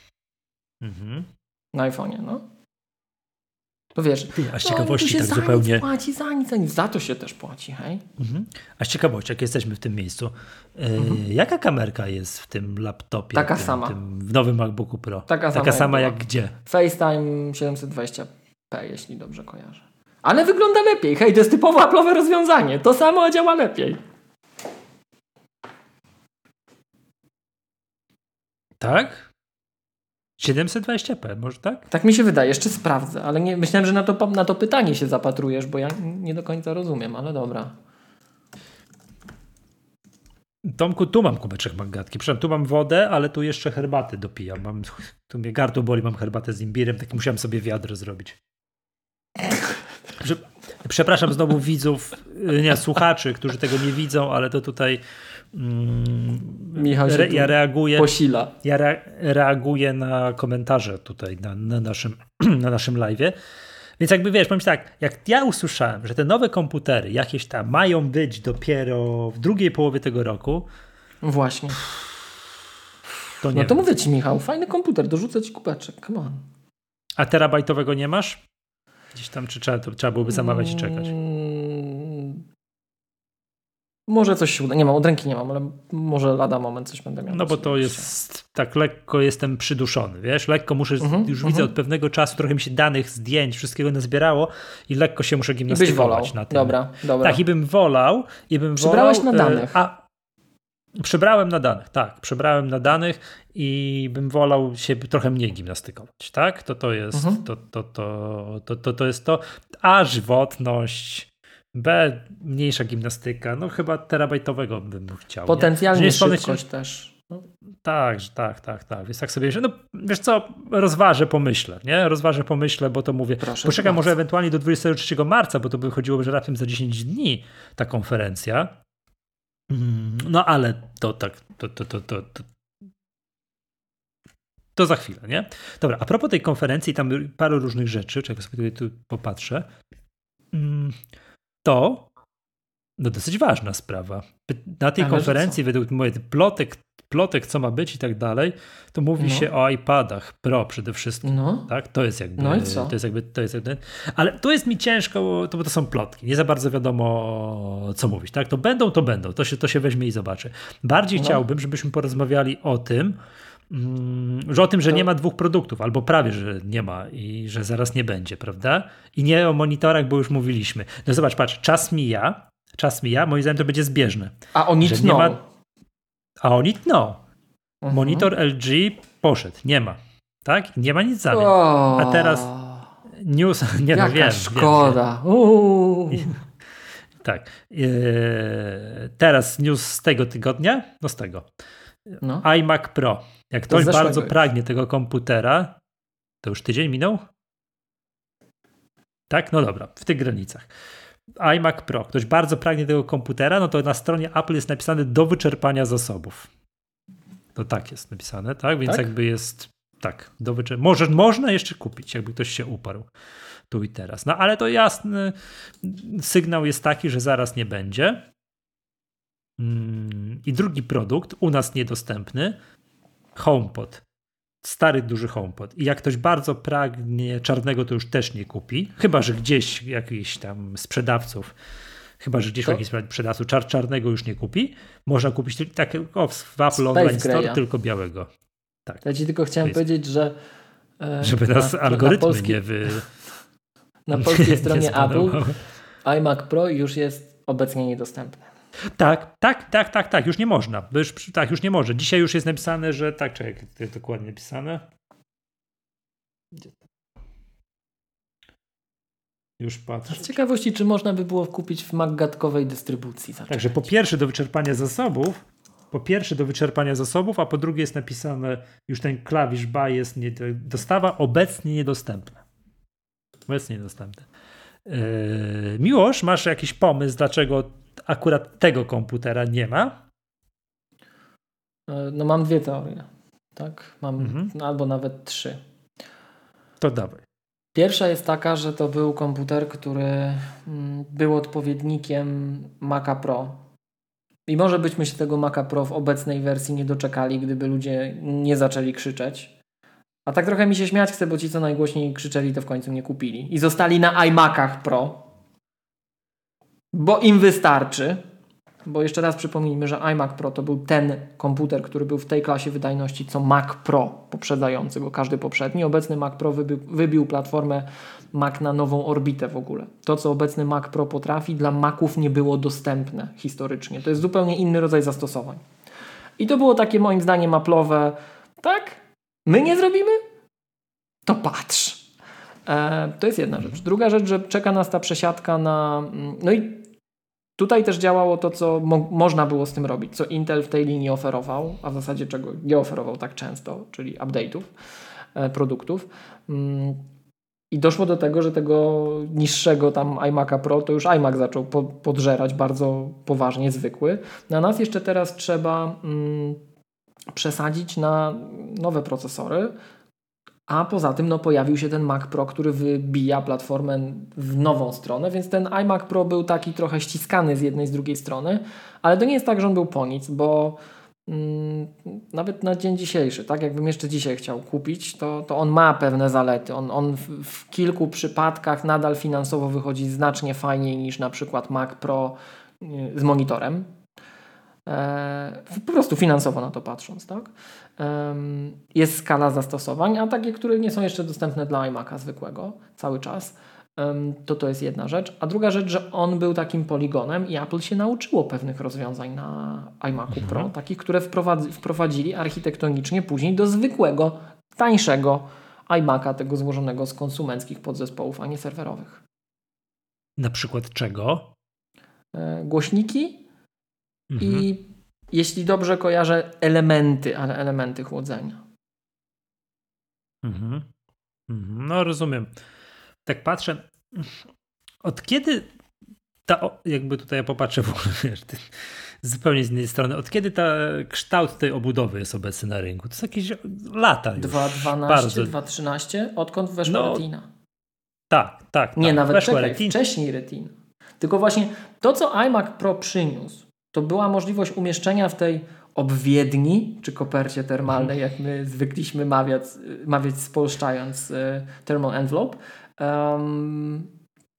Na iPhone'ie, no. To wiesz, a z ciekawości się tak za zupełnie... nic płaci, za nic. Za to się też płaci, hej? A z ciekawości, jak jesteśmy w tym miejscu, jaka kamerka jest w tym laptopie? Taka sama. W nowym MacBooku Pro? Taka sama jak gdzie? FaceTime 720p, jeśli dobrze kojarzę. Ale wygląda lepiej. Hej, to jest typowo Apple'owe rozwiązanie. To samo, a działa lepiej. Tak? 720p, może tak? Tak mi się wydaje, jeszcze sprawdzę, ale nie, myślałem, że na to pytanie się zapatrujesz, bo ja nie do końca rozumiem, ale dobra. Tomku, tu mam kubeczek magatki. Przecież tu mam wodę, ale tu jeszcze herbatę dopijam. Tu mnie gardło boli, mam herbatę z imbirem, tak musiałem sobie wiadro zrobić. Przepraszam znowu widzów, słuchaczy, którzy tego nie widzą, ale to tutaj Michał się ja reaguję. Posila. Ja reaguję na komentarze tutaj na naszym live'ie. Więc jakby wiesz, powiem ci tak, jak ja usłyszałem, że te nowe komputery jakieś tam mają być dopiero w drugiej połowie tego roku. Właśnie. To mówię ci, Michał, fajny komputer, dorzucę ci kubeczek, come on. A terabajtowego nie masz? Gdzieś tam, czy trzeba byłoby zamawiać i czekać? Może coś się uda. Nie mam, od ręki nie mam, ale może lada moment coś będę miał. No bo to jest, tak lekko jestem przyduszony, wiesz? Lekko muszę, już widzę od pewnego czasu, trochę mi się danych, zdjęć, wszystkiego nazbierało i lekko się muszę gimnastykować na tym. Dobra. Tak, i bym wolał. Przybrałeś na danych. Przebrałem na danych, tak. Przebrałem na danych i bym wolał się trochę mniej gimnastykować, tak? To jest to jest to. A żywotność, B mniejsza gimnastyka, no chyba terabajtowego bym chciał. Potencjalnie szybkość też. No. Tak. Więc tak sobie, no wiesz co, rozważę, pomyślę, bo to mówię. Poczekam może ewentualnie do 23 marca, bo to by chodziło, że raptem za 10 dni ta konferencja. No ale to za chwilę, nie? Dobra, a propos tej konferencji, tam paru różnych rzeczy, czego sobie tu popatrzę, to dosyć ważna sprawa. Na tej konferencji, według moich plotek, co ma być i tak dalej, to mówi się o iPadach Pro przede wszystkim. Tak? To jest jakby. No i co? To jest jakby. Ale to jest mi ciężko, bo to są plotki. Nie za bardzo wiadomo, co mówić. Tak? To będą. To się weźmie i zobaczy. Bardziej chciałbym, żebyśmy porozmawiali o tym, że o tym, że nie ma dwóch produktów, albo prawie, że nie ma i że zaraz nie będzie, prawda? I nie o monitorach, bo już mówiliśmy. No zobacz, patrz, czas mija, moim zdaniem to będzie zbieżne. A oni tną. A oni tną. Monitor LG poszedł, nie ma. Tak? Nie ma nic zamian. A teraz news, nie jaka no wiem. Szkoda. Tak. Teraz news z tego tygodnia, no z tego. iMac Pro. Jak ktoś bardzo pragnie tego komputera, to już tydzień minął? Tak? No dobra, w tych granicach. iMac Pro. Ktoś bardzo pragnie tego komputera, no to na stronie Apple jest napisane do wyczerpania zasobów. To tak jest napisane, tak? Więc jakby jest tak, do wyczerpania. Można jeszcze kupić, jakby ktoś się uparł tu i teraz. No ale to jasny sygnał jest taki, że zaraz nie będzie. I drugi produkt, u nas niedostępny, HomePod. Stary, duży HomePod. I jak ktoś bardzo pragnie czarnego, to już też nie kupi. Chyba, że gdzieś jakiś tam sprzedawców, jakiś sprzedawców czarnego już nie kupi. Można kupić tak w Apple Online Store tylko białego. Tak. Ja ci tylko chciałem powiedzieć, że żeby nas algorytmy nie na polskiej stronie Apple iMac Pro już jest obecnie niedostępny. Tak, już nie można. Już nie może. Dzisiaj już jest napisane, że czekaj, jak jest dokładnie napisane. Już patrzę. Z ciekawości, czy można by było kupić w maggatkowej dystrybucji. Także po pierwsze do wyczerpania zasobów, a po drugie jest napisane, już ten klawisz buy jest dostawa obecnie niedostępna. Miłosz, masz jakiś pomysł, dlaczego akurat tego komputera nie ma? No mam dwie teorie. Tak? Mam albo nawet trzy. To dawaj. Pierwsza jest taka, że to był komputer, który był odpowiednikiem Maca Pro. I może byśmy się tego Maca Pro w obecnej wersji nie doczekali, gdyby ludzie nie zaczęli krzyczeć. A tak trochę mi się śmiać chce, bo ci, co najgłośniej krzyczeli, to w końcu nie kupili. I zostali na iMacach Pro. Bo im wystarczy. Bo jeszcze raz przypomnijmy, że iMac Pro to był ten komputer, który był w tej klasie wydajności, co Mac Pro poprzedzający go, każdy poprzedni. Obecny Mac Pro wybił platformę Mac na nową orbitę w ogóle. To, co obecny Mac Pro potrafi, dla Maców nie było dostępne historycznie. To jest zupełnie inny rodzaj zastosowań. I to było takie moim zdaniem Apple'owe, tak? My nie zrobimy? To patrz. To jest jedna rzecz. Druga rzecz, że czeka nas ta przesiadka na... No i tutaj też działało to, co można było z tym robić, co Intel w tej linii oferował, a w zasadzie czego nie oferował tak często, czyli update'ów, produktów. I doszło do tego, że tego niższego tam iMac'a Pro to już iMac zaczął podżerać bardzo poważnie, zwykły. Na nas jeszcze teraz trzeba przesadzić na nowe procesory, a poza tym pojawił się ten Mac Pro, który wybija platformę w nową stronę, więc ten iMac Pro był taki trochę ściskany z jednej, z drugiej strony, ale to nie jest tak, że on był po nic, bo nawet na dzień dzisiejszy, tak, jakbym jeszcze dzisiaj chciał kupić, to on ma pewne zalety. On w kilku przypadkach nadal finansowo wychodzi znacznie fajniej niż na przykład Mac Pro z monitorem. Po prostu finansowo na to patrząc, tak? Jest skala zastosowań, a takie, które nie są jeszcze dostępne dla iMac'a zwykłego cały czas, to jest jedna rzecz. A druga rzecz, że on był takim poligonem i Apple się nauczyło pewnych rozwiązań na iMacu Pro, takich, które wprowadzili architektonicznie później do zwykłego, tańszego iMac'a, tego złożonego z konsumenckich podzespołów, a nie serwerowych. Na przykład czego? Głośniki i jeśli dobrze kojarzę, elementy chłodzenia. No rozumiem. Tak patrzę, od kiedy jakby tutaj ja popatrzę w ogóle, wiesz, zupełnie z innej strony, od kiedy kształt tej obudowy jest obecny na rynku? To są jakieś lata już. 2012, 2013, odkąd weszła Retina. Tak. Nie, nawet wcześniej Retina. Tylko właśnie to, co iMac Pro przyniósł, to była możliwość umieszczenia w tej obwiedni, czy kopercie termalnej, jak my zwykliśmy mawiać spolszczając thermal envelope,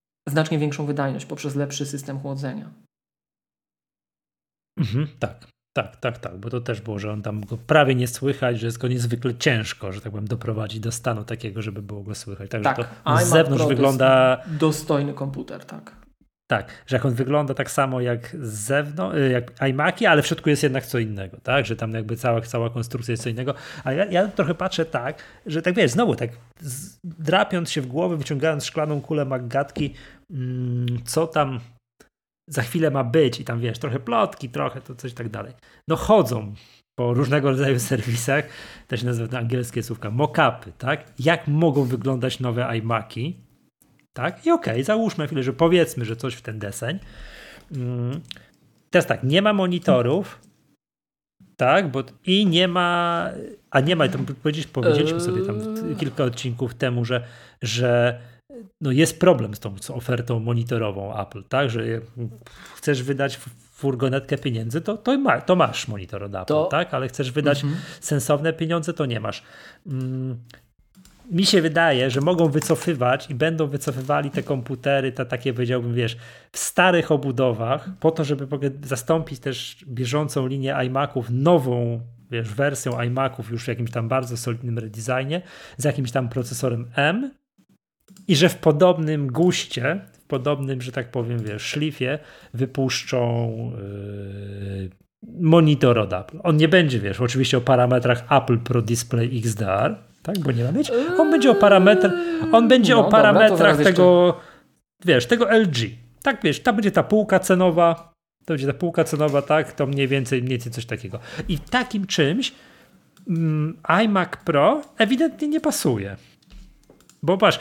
znacznie większą wydajność poprzez lepszy system chłodzenia. Tak, bo to też było, że on tam go prawie nie słychać, że jest go niezwykle ciężko, że tak powiem, doprowadzić do stanu takiego, żeby było go słychać. Także to z zewnątrz wygląda... Dostojny komputer, tak. Tak, że jak on wygląda tak samo jak z zewnątrz, jak iMaki, ale w środku jest jednak co innego, tak, że tam jakby cała konstrukcja jest co innego, a ja trochę patrzę tak, że tak wiesz, znowu tak drapiąc się w głowę, wyciągając szklaną kulę Maggatki, co tam za chwilę ma być i tam wiesz, trochę plotki, trochę to coś tak dalej. No chodzą po różnego rodzaju serwisach, to się nazywa to angielskie słówka, mock-upy, tak, jak mogą wyglądać nowe iMaki. Tak? I okej, załóżmy chwilę, że powiedzmy, że coś w ten deseń. Teraz tak, nie ma monitorów, tak, i nie ma, tam powiedzieliśmy sobie tam kilka odcinków temu, że no jest problem z tą ofertą monitorową Apple, tak, że chcesz wydać furgonetkę pieniędzy, to masz monitor od Apple, tak, ale chcesz wydać sensowne pieniądze, to nie masz. Mi się wydaje, że mogą wycofywać i będą wycofywali te komputery, takie powiedziałbym, wiesz, w starych obudowach, po to, żeby zastąpić też bieżącą linię iMaców nową, wiesz, wersją iMaców już w jakimś tam bardzo solidnym redesignie, z jakimś tam procesorem M i że w podobnym guście, w podobnym, że tak powiem, wiesz, szlifie wypuszczą monitor od Apple. On nie będzie, wiesz, oczywiście o parametrach Apple Pro Display XDR, tak, bo nie ma być. On będzie o parametrach tego, wiesz, tego LG. Tak, wiesz, tam będzie ta półka cenowa, tak, to mniej więcej coś takiego. I takim czymś iMac Pro ewidentnie nie pasuje. Bo patrz,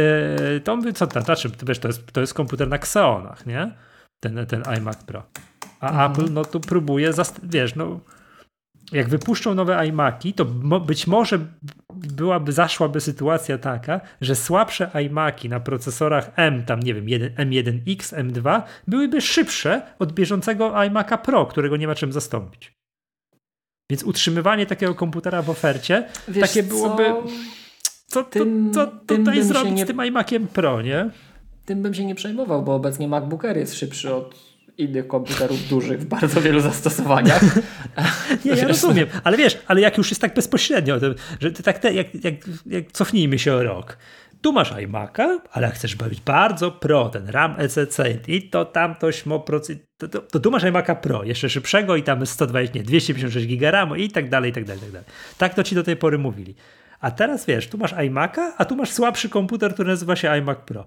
to jest komputer na Xeonach, nie? Ten iMac Pro. A Apple, no tu próbuje, wiesz, no jak wypuszczą nowe iMaki, to być może zaszłaby sytuacja taka, że słabsze iMaki na procesorach M, tam nie wiem, M1X, M2 byłyby szybsze od bieżącego iMaca Pro, którego nie ma czym zastąpić. Więc utrzymywanie takiego komputera w ofercie, wiesz, takie byłoby... Co tutaj zrobić z tym iMaciem Pro, nie? Tym bym się nie przejmował, bo obecnie MacBook Air jest szybszy od innych komputerów dużych w bardzo wielu zastosowaniach. Nie, ja rozumiem, ale wiesz, ale jak już jest tak bezpośrednio, że jak cofnijmy się o rok. Tu masz iMac'a, ale jak chcesz bawić bardzo pro, ten RAM ECC i to tamto to tu masz iMac'a Pro, jeszcze szybszego i tam jest 256 GB RAMu i tak dalej, i tak dalej, i tak dalej. Tak to ci do tej pory mówili. A teraz wiesz, tu masz iMac'a, a tu masz słabszy komputer, który nazywa się iMac Pro.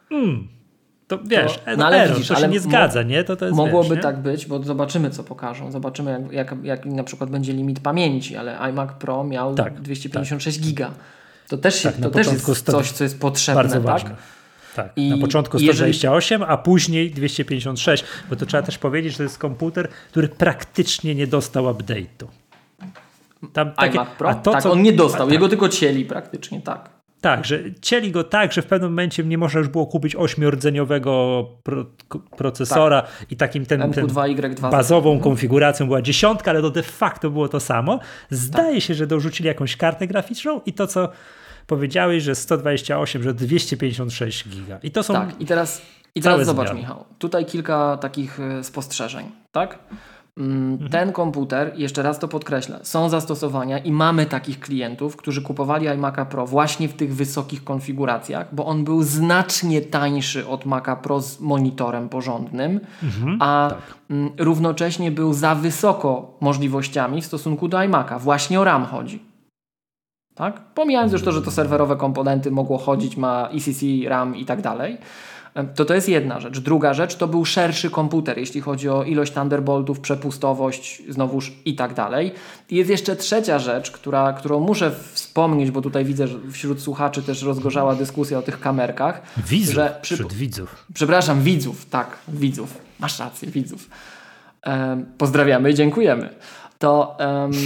To wiesz, ale widzisz, to się nie zgadza, nie? To jest, mogłoby wiesz, tak być, bo zobaczymy, co pokażą. Zobaczymy, jak na przykład będzie limit pamięci, ale iMac Pro miał 256 giga. To też jest coś, co jest potrzebne, bardzo ważne. Tak, na początku 128, a później 256, bo to trzeba też powiedzieć, że to jest komputer, który praktycznie nie dostał update'u. iMac Pro? On nie dostał, jego tylko cieli praktycznie, tak. Tak, że cieli go tak, że w pewnym momencie nie można już było kupić 8-rdzeniowego procesora i takim ten bazową konfiguracją była 10, ale to de facto było to samo. Zdaje się, że dorzucili jakąś kartę graficzną i to, co powiedziałeś, że 128, że 256 giga. I to są i teraz zobacz, Michał, tutaj kilka takich spostrzeżeń, tak? Ten komputer, jeszcze raz to podkreślę, są zastosowania i mamy takich klientów, którzy kupowali iMac'a Pro właśnie w tych wysokich konfiguracjach, bo on był znacznie tańszy od Maca Pro z monitorem porządnym, równocześnie był za wysoko możliwościami w stosunku do iMac'a. Właśnie o RAM chodzi. Tak? Pomijając już to, że to serwerowe komponenty mogło chodzić, ma ECC, RAM i tak dalej. To jest jedna rzecz. Druga rzecz to był szerszy komputer, jeśli chodzi o ilość Thunderboltów, przepustowość, znowuż i tak dalej. I jest jeszcze trzecia rzecz, którą muszę wspomnieć, bo tutaj widzę, że wśród słuchaczy też rozgorzała dyskusja o tych kamerkach. Widzów. Przepraszam, widzów. Masz rację, widzów. Pozdrawiamy i dziękujemy. To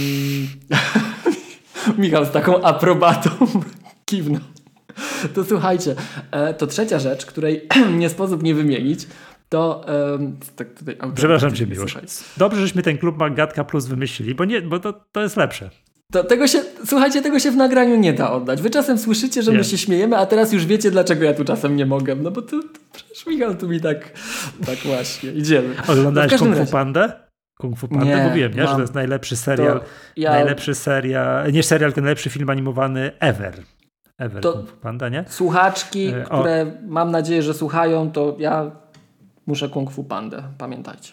Michał z taką aprobatą kiwnął. To słuchajcie, to trzecia rzecz, której nie sposób nie wymienić, to... tak tutaj przepraszam cię, Miłosz. Dobrze, żeśmy ten klub Maggatka Plus wymyślili, bo to jest lepsze. Tego się w nagraniu nie da oddać. Wy czasem słyszycie, że my się śmiejemy, a teraz już wiecie, dlaczego ja tu czasem nie mogę. No bo przecież Michał tu mi tak właśnie. Idziemy. Oglądałeś Kung Fu Pandę? Kung Fu Panda? Mówiłem, nie? Że to jest najlepszy serial, nie serial, tylko najlepszy film animowany ever. Kung Fu Panda, nie? Słuchaczki, które mam nadzieję, że słuchają, to ja muszę Kung Fu Pandę, pamiętajcie.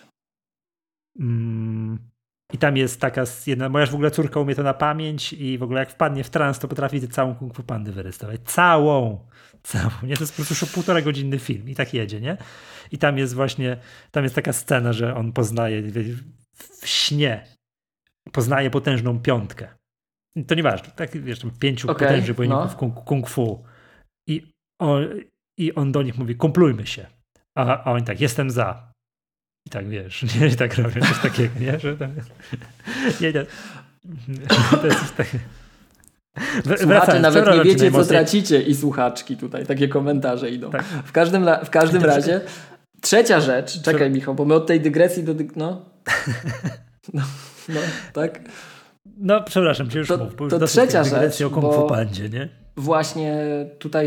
I tam jest taka jedna, moja w ogóle córka umie to na pamięć i w ogóle jak wpadnie w trans, to potrafi całą Kung Fu Pandę wyrysować. Całą. Nie? To jest po prostu już 1,5-godzinny film i tak jedzie, nie? I tam jest taka scena, że on poznaje w śnie, poznaje potężną piątkę. To nieważne, tak wiesz, 5 potężnych wojowników kung fu. I on do nich mówi, kumplujmy się. A oni tak, jestem za. I tak wiesz, nie, i tak robią coś takiego, nie? Że tam, to jest coś takiego. Słuchacze nawet nie wiecie, co tracicie i słuchaczki tutaj, takie komentarze idą. Tak. W każdym razie, trzecia rzecz, czekaj Michał, bo my od tej dygresji tak? No, przepraszam cię, już mów, bo już to trzecia rzecz, o Kung Fu Pandzie, nie? Właśnie tutaj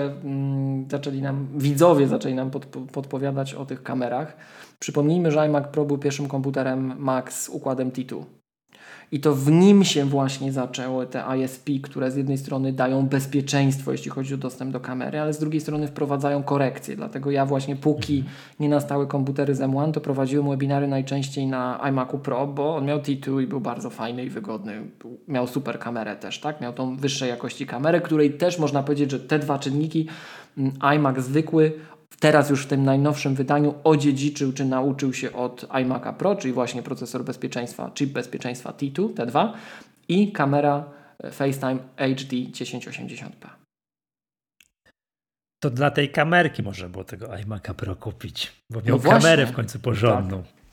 widzowie zaczęli nam podpowiadać o tych kamerach. Przypomnijmy, że iMac Pro był pierwszym komputerem Mac z układem T2. I to w nim się właśnie zaczęły te ISP, które z jednej strony dają bezpieczeństwo, jeśli chodzi o dostęp do kamery, ale z drugiej strony wprowadzają korekcje. Dlatego ja właśnie póki nie nastały komputery z M1, to prowadziłem webinary najczęściej na iMacu Pro, bo on miał T2 i był bardzo fajny i wygodny. Miał super kamerę też, tak? Miał tą wyższej jakości kamerę, której też można powiedzieć, że te dwa czynniki iMac zwykły teraz już w tym najnowszym wydaniu odziedziczył czy nauczył się od iMac'a Pro, czyli właśnie procesor bezpieczeństwa, chip bezpieczeństwa T2, T2 i kamera FaceTime HD 1080p. To dla tej kamerki można było tego iMac'a Pro kupić, bo miał kamerę w końcu porządną. Tak.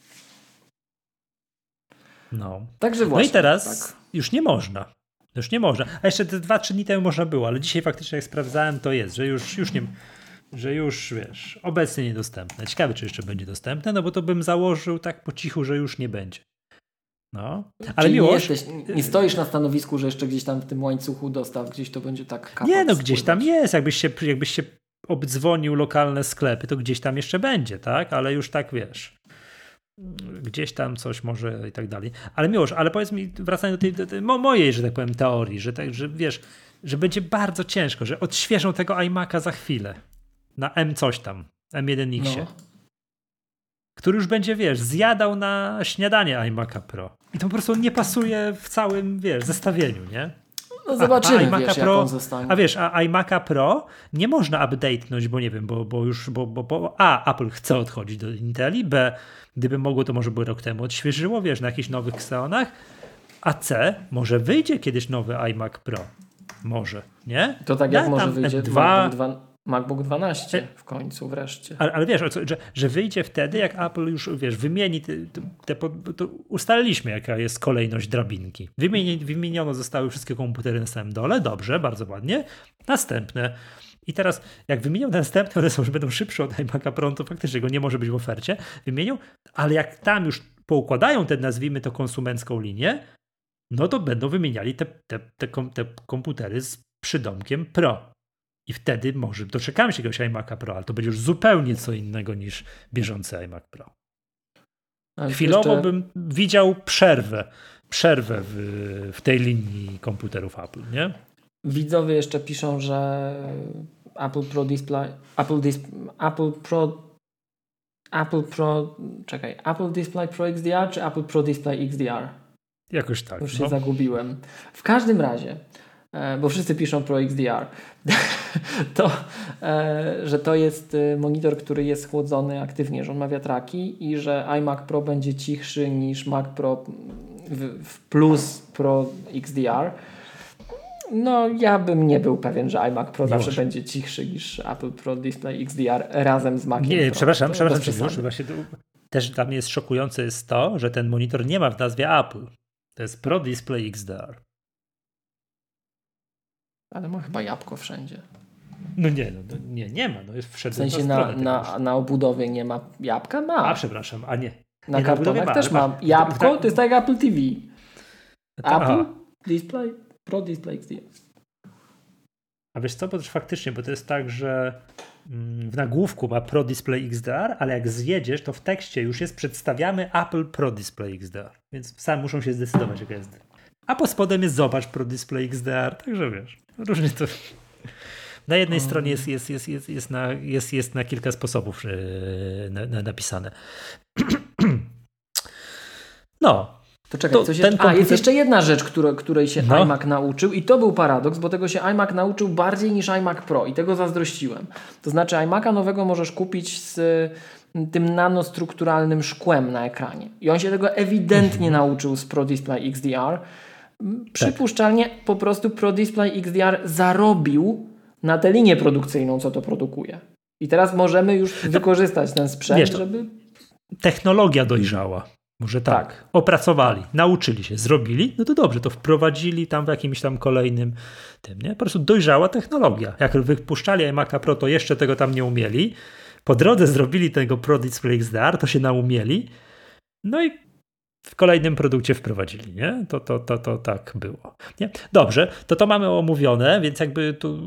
No. Także właśnie. No i teraz już nie można. A jeszcze te 2-3 dni temu można było, ale dzisiaj faktycznie jak sprawdzałem, to jest, że już wiesz, obecnie niedostępne. Ciekawe, czy jeszcze będzie dostępne, no bo to bym założył tak po cichu, że już nie będzie. No. Ale nie stoisz na stanowisku, że jeszcze gdzieś tam w tym łańcuchu dostaw, gdzieś to będzie tak kapać. Nie, no gdzieś tam jest. Jakbyś się obdzwonił lokalne sklepy, to gdzieś tam jeszcze będzie, tak? Ale już tak wiesz. Gdzieś tam coś może i tak dalej. Ale Miłosz, ale powiedz mi, wracając do tej mojej, że tak powiem, teorii, że wiesz, że będzie bardzo ciężko, że odświeżą tego iMac'a za chwilę. Na M coś tam, M1X-ie. Który już będzie, wiesz, zjadał na śniadanie iMac'a Pro. I to po prostu nie pasuje w całym, wiesz, zestawieniu, nie? No zobaczymy, wiesz, jak on zostanie. A iMac'a Pro nie można update'nąć, bo nie wiem, bo Apple chce odchodzić do Inteli, B, gdyby mogło, to może by rok temu odświeżyło, wiesz, na jakichś nowych Xeonach, a C, może wyjdzie kiedyś nowy iMac Pro. Może, nie? To tak jak może wyjdzie MacBook 12 w końcu wreszcie. Ale wiesz, że wyjdzie wtedy, jak Apple już, wiesz, wymieni to ustaliliśmy, jaka jest kolejność drabinki. Wymieniono zostały wszystkie komputery na samym dole, dobrze, bardzo ładnie. Następne. I teraz, jak wymienią następne, one już będą szybsze od iMac'a Pro, to faktycznie go nie może być w ofercie. Wymienią, ale jak tam już poukładają tę, nazwijmy to, konsumencką linię, no to będą wymieniali te komputery z przydomkiem Pro. I wtedy może doczekamy się jakiegoś iMac'a Pro, ale to będzie już zupełnie co innego niż bieżący iMac Pro. Chwilowo bym widział przerwę w tej linii komputerów Apple, nie? Widzowie jeszcze piszą, że Apple Display Pro XDR czy Apple Pro Display XDR? Jakoś tak. Już się zagubiłem. W każdym razie, bo wszyscy piszą Pro XDR, że to jest monitor, który jest chłodzony aktywnie, że on ma wiatraki i że iMac Pro będzie cichszy niż Mac Pro w Plus Pro XDR. No ja bym nie był pewien, że iMac Pro zawsze będzie cichszy niż Apple Pro Display XDR razem z Maciem Nie, Pro. przepraszam, właśnie też dla mnie jest szokujące jest to, że ten monitor nie ma w nazwie Apple. To jest Pro Display XDR. Ale ma chyba jabłko wszędzie. No nie ma. No jest w sensie na obudowie nie ma jabłka? Ma. A przepraszam, a nie. Na kartonach też ma jabłko, to jest tak jak Apple TV. Apple Display, Pro Display XDR. A wiesz co, bo też faktycznie, bo to jest tak, że w nagłówku ma Pro Display XDR, ale jak zjedziesz, to w tekście już jest przedstawiamy Apple Pro Display XDR. Więc sami muszą się zdecydować, jaka jest. A pod spodem jest zobacz Pro Display XDR, także wiesz, różnie to... Na jednej stronie jest na kilka sposobów napisane. No. To czekaj, jest jeszcze jedna rzecz, której się iMac nauczył i to był paradoks, bo tego się iMac nauczył bardziej niż iMac Pro i tego zazdrościłem. To znaczy iMaca nowego możesz kupić z tym nanostrukturalnym szkłem na ekranie. I on się tego ewidentnie nauczył z Pro Display XDR. Przypuszczalnie po prostu Pro Display XDR zarobił na tę linię produkcyjną, co to produkuje. I teraz możemy już wykorzystać ten sprzęt, żeby... Technologia dojrzała. Może tak. Opracowali, nauczyli się, zrobili, no to dobrze, to wprowadzili tam w jakimś tam kolejnym tym, nie? Po prostu dojrzała technologia. Jak wypuszczali iMaca Pro, to jeszcze tego tam nie umieli. Po drodze zrobili tego Pro Display XDR, to się naumieli. No i w kolejnym produkcie wprowadzili, nie? To tak było. Nie? Dobrze, to mamy omówione, więc jakby tu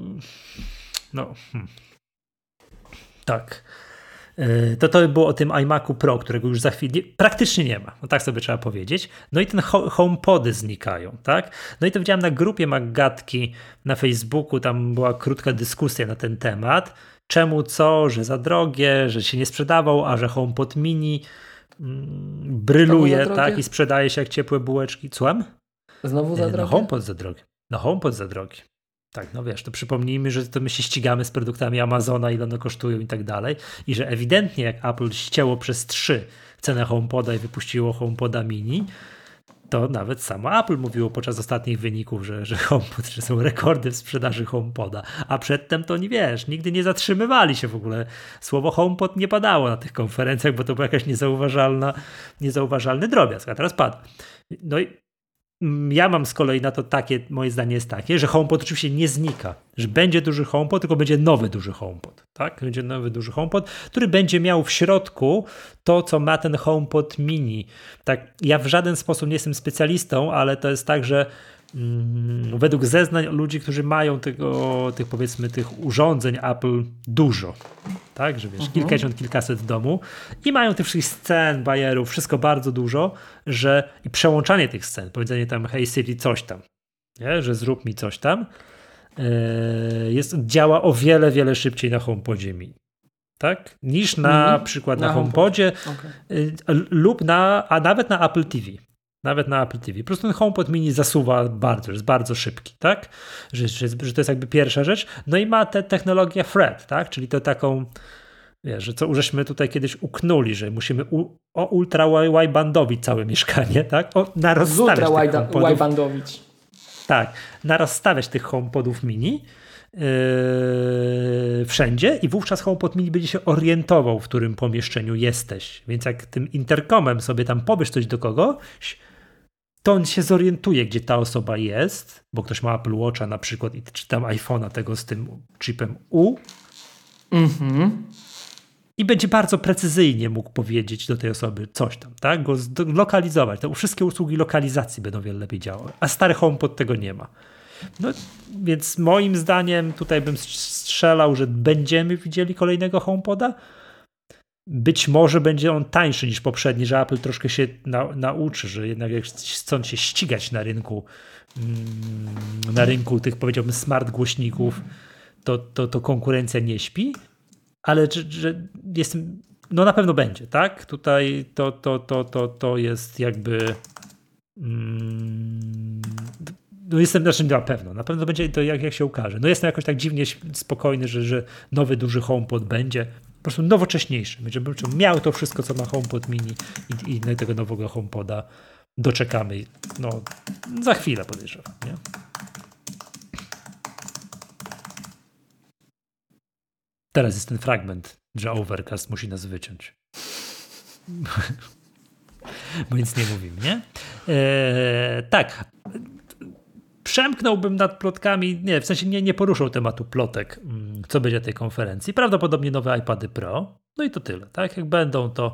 tak. To było o tym iMacu Pro, którego już za chwilę praktycznie nie ma, no tak sobie trzeba powiedzieć. No i ten HomePody znikają, tak? No i to widziałem na grupie Maggatki na Facebooku, tam była krótka dyskusja na ten temat. Czemu co, że za drogie, że się nie sprzedawał, a że HomePod mini bryluje, tak? I sprzedaje się jak ciepłe bułeczki. Słucham? Znowu za drogie? No HomePod za drogi. No HomePod za drogi. Tak, no wiesz, to przypomnijmy, że to my się ścigamy z produktami Amazona, ile one kosztują i tak dalej. I że ewidentnie jak Apple ścięło przez 3 cenę HomePoda i wypuściło HomePoda mini, to nawet samo Apple mówiło podczas ostatnich wyników, że HomePod, że są rekordy w sprzedaży HomePoda. A przedtem to nie wiesz, nigdy nie zatrzymywali się w ogóle. Słowo HomePod nie padało na tych konferencjach, bo to był jakiś niezauważalny drobiazg, a teraz pada. No i ja mam z kolei na to takie, moje zdanie jest takie, że HomePod oczywiście nie znika, że będzie duży HomePod, tylko będzie nowy duży HomePod, tak? Będzie nowy duży HomePod, który będzie miał w środku to, co ma ten HomePod mini. Tak, ja w żaden sposób nie jestem specjalistą, ale to jest tak, że według zeznań ludzi, którzy mają tych powiedzmy tych urządzeń Apple dużo, tak, że wiesz, kilkadziesiąt, kilkaset w domu i mają tych wszystkich scen, bajerów, wszystko bardzo dużo, że i przełączanie tych scen, powiedzenie tam hey Siri coś tam, nie? Że zrób mi coś tam, działa o wiele, wiele szybciej na HomePodzie mini. Tak? Niż na przykład na HomePodzie lub nawet na Apple TV. Nawet na Apple TV. Po prostu ten HomePod mini zasuwa bardzo, jest bardzo szybki, tak? Że to jest jakby pierwsza rzecz. No i ma tę technologię Thread, tak? Czyli to taką, wiesz, że co żeśmy tutaj kiedyś uknuli, że musimy ultra-widebandowić całe mieszkanie, tak? Narozstawiać tych HomePodów. Tak, narozstawiać tych HomePodów mini wszędzie i wówczas HomePod mini będzie się orientował, w którym pomieszczeniu jesteś. Więc jak tym interkomem sobie tam powiesz coś do kogoś, to on się zorientuje, gdzie ta osoba jest, bo ktoś ma Apple Watcha na przykład czy tam iPhone'a tego z tym chipem U. I będzie bardzo precyzyjnie mógł powiedzieć do tej osoby coś tam, tak? Go lokalizować. To wszystkie usługi lokalizacji będą wiele lepiej działały, a stary HomePod tego nie ma. No, więc moim zdaniem tutaj bym strzelał, że będziemy widzieli kolejnego HomePoda. Być może będzie on tańszy niż poprzedni, że Apple troszkę się nauczy, że jednak jak chcą się ścigać na rynku tych, powiedziałbym, smart głośników, to konkurencja nie śpi, ale że jestem, no na pewno będzie, tak? Tutaj to jest jakby no jestem, na pewno będzie to jak się ukaże. No jestem jakoś tak dziwnie spokojny, że nowy duży HomePod będzie po prostu nowocześniejszy. Będzie miał to wszystko, co ma HomePod mini i tego nowego HomePoda doczekamy. No za chwilę podejrzewam, nie? Teraz jest ten fragment, że Overcast musi nas wyciąć. Bo nic nie mówimy, nie? Tak. Przemknąłbym nad plotkami, w sensie nie poruszał tematu plotek, co będzie na tej konferencji. Prawdopodobnie nowe iPady Pro. No i to tyle, tak? Jak będą, to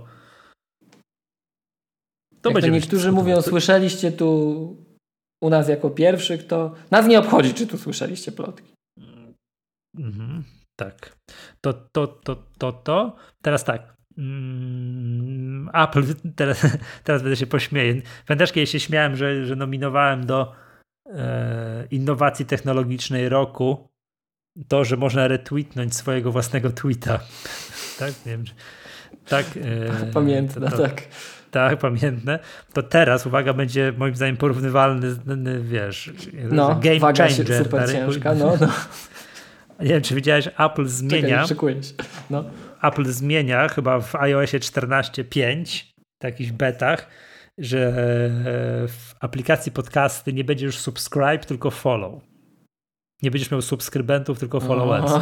będzie. Niektórzy mówią, słyszeliście tu u nas jako pierwszych, to nas nie obchodzi, czy tu słyszeliście plotki. Tak. To. Teraz tak. Apple, teraz będę się pośmieję. Pamiętasz, kiedy się śmiałem, że nominowałem do innowacji technologicznej roku to, że można retweetnąć swojego własnego tweeta. Tak? Nie wiem, tak. Pamiętne, tak. Tak, pamiętne. To teraz, uwaga, będzie moim zdaniem porównywalny, wiesz, game changer. Super ciężka, no. Nie wiem, czy widziałeś, Apple zmienia. Czekaj, się. No. Apple zmienia chyba w iOSie 14.5, w jakichś betach, że w aplikacji podcasty nie będzie już subscribe, tylko follow. Nie będziesz miał subskrybentów, tylko followersów.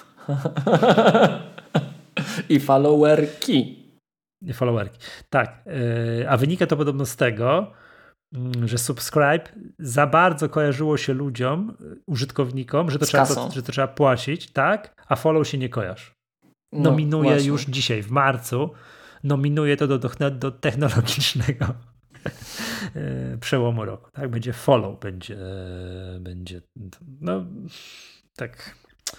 I followerki. Followerki. Tak. A wynika to podobno z tego, że subscribe za bardzo kojarzyło się ludziom, użytkownikom, że to trzeba płacić, tak? A follow się nie kojarzy. Nominuje już dzisiaj, w marcu, nominuje to do technologicznego przełomu roku. Tak? Będzie follow, będzie no tak.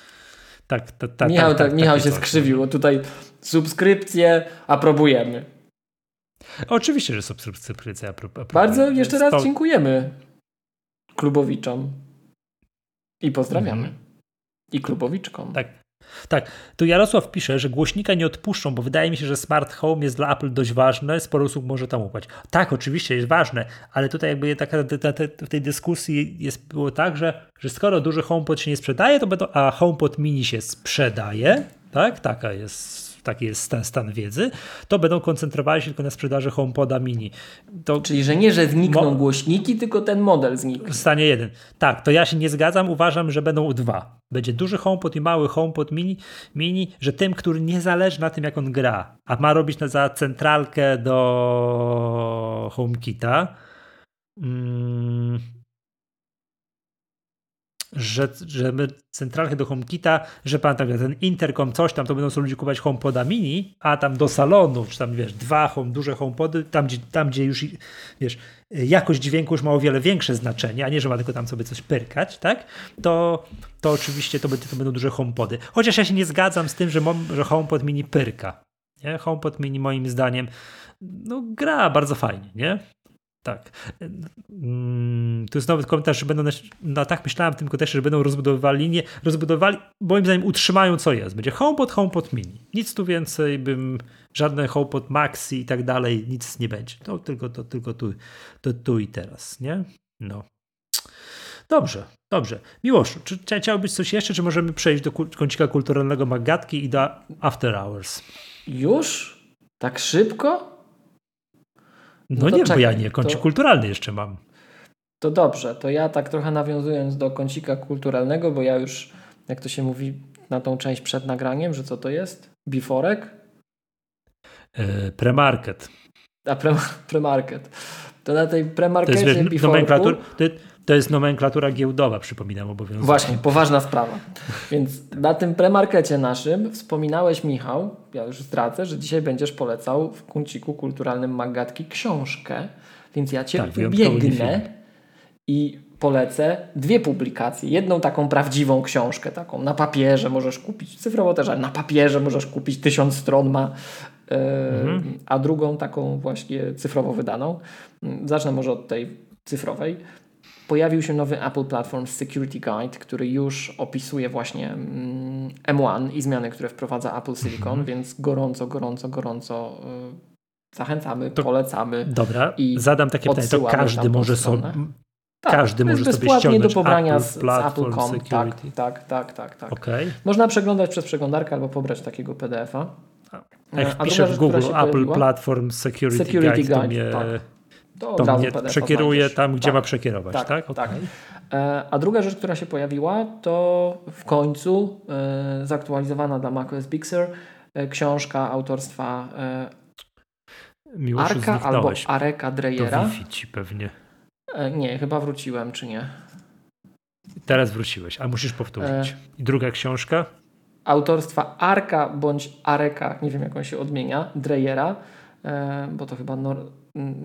Michał się skrzywił, bo tutaj subskrypcje aprobujemy. Oczywiście, że subskrypcja aprobujemy. Bardzo jeszcze raz dziękujemy klubowiczom i pozdrawiamy. I klubowiczkom. Tak, tu Jarosław pisze, że głośnika nie odpuszczą, bo wydaje mi się, że smart home jest dla Apple dość ważne, sporo osób może tam ufać. Tak, oczywiście jest ważne, ale tutaj jakby w tej dyskusji było tak, że skoro duży HomePod się nie sprzedaje, a HomePod mini się sprzedaje, tak, taki jest stan wiedzy, to będą koncentrowali się tylko na sprzedaży HomePoda mini. Czyli, że nie, że znikną głośniki, tylko ten model zniknie. W stanie 1. Tak, to ja się nie zgadzam, uważam, że będą 2. Będzie duży HomePod i mały HomePod mini, że tym, który nie zależy na tym, jak on gra, a ma robić za centralkę do HomeKita, że my centralkę do HomeKita, że ten interkom, coś tam, to będą sobie ludzie kupować HomePoda mini, a tam do salonu, czy tam wiesz, duże HomePody, tam gdzie już wiesz, jakość dźwięku już ma o wiele większe znaczenie, a nie, że ma tylko tam sobie coś pyrkać, tak? To oczywiście to będą duże HomePody. Chociaż ja się nie zgadzam z tym, że HomePod mini pyrka. Nie? HomePod mini moim zdaniem gra bardzo fajnie, nie? Tak. Tu jest nowy komentarz, że będą, tak myślałem w tym kontekście, że będą rozbudowywali, moim zdaniem utrzymają co jest. Będzie HomePod mini. Nic tu więcej żadne HomePod Maxi i tak dalej, nic nie będzie. Tylko tu i teraz, nie? No. Dobrze. Miłoszu, czy chciałbyś coś jeszcze, czy możemy przejść do kącika kulturalnego Maggatki i do After Hours? Już? Tak szybko? No nie, czekaj, bo ja nie, kącik kulturalny jeszcze mam. To dobrze, to ja tak trochę nawiązując do kącika kulturalnego, bo ja już, jak to się mówi na tą część przed nagraniem, że co to jest? Beforek? Premarket. A premarket. To na tej premarkecie beforku... To jest nomenklatura giełdowa, przypominam obowiązkowo. Właśnie, poważna sprawa. Więc na tym premarkecie naszym wspominałeś, Michał, ja już zdradzę, że dzisiaj będziesz polecał w kąciku kulturalnym Maggatki książkę, więc ja cię ubiegnę i polecę 2 publikacje. Jedną taką prawdziwą książkę, taką na papierze możesz kupić, cyfrowo też, ale na papierze możesz kupić, 1000 stron ma, a drugą taką właśnie cyfrowo wydaną. Zacznę może od tej cyfrowej. Pojawił się nowy Apple Platform Security Guide, który już opisuje właśnie M1 i zmiany, które wprowadza Apple Silicon, więc gorąco zachęcamy, polecamy. Dobra, zadam takie pytanie, to każdy może sobie... Tak, każdy może sobie ściągnąć do pobrania z Apple.com. Tak. Okay. Można przeglądać przez przeglądarkę albo pobrać takiego PDF-a. Jak wpiszę w Google Apple Platform Security Guide, to mnie przekieruje tam, gdzie ma przekierować, tak? Tak. A druga rzecz, która się pojawiła, to w końcu zaktualizowana dla macOS Big Sur książka autorstwa Arka albo Areka Dreyera. To Wi-Fi ci pewnie. Nie, chyba wróciłem, czy nie? Teraz wróciłeś, a musisz powtórzyć. I druga książka? Autorstwa Arka bądź Areka, nie wiem jak on się odmienia, Dreyera, bo to chyba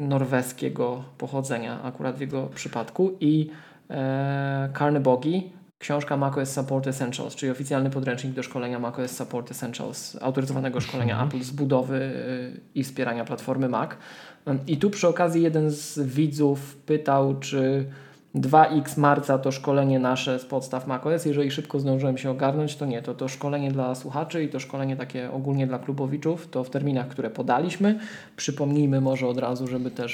norweskiego pochodzenia akurat w jego przypadku, i Carnegie książka macOS Support Essentials, czyli oficjalny podręcznik do szkolenia macOS Support Essentials, autoryzowanego szkolenia Apple z budowy i wspierania platformy Mac. I tu przy okazji jeden z widzów pytał, czy 2x marca to szkolenie nasze z podstaw macOS. Jeżeli szybko zdążyłem się ogarnąć, to nie. To szkolenie dla słuchaczy i to szkolenie takie ogólnie dla klubowiczów, to w terminach, które podaliśmy. Przypomnijmy może od razu, żeby też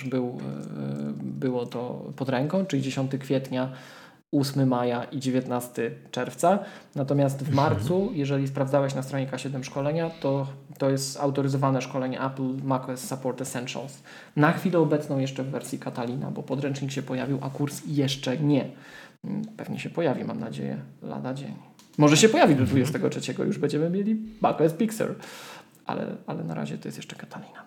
było to pod ręką, czyli 10 kwietnia, 8 maja i 19 czerwca. Natomiast w marcu, jeżeli sprawdzałeś na stronie K7 szkolenia, to jest autoryzowane szkolenie Apple macOS Support Essentials. Na chwilę obecną jeszcze w wersji Catalina, bo podręcznik się pojawił, a kurs jeszcze nie. Pewnie się pojawi, mam nadzieję, lada dzień. Może się pojawi do 23, już będziemy mieli macOS Big Sur. Ale na razie to jest jeszcze Catalina.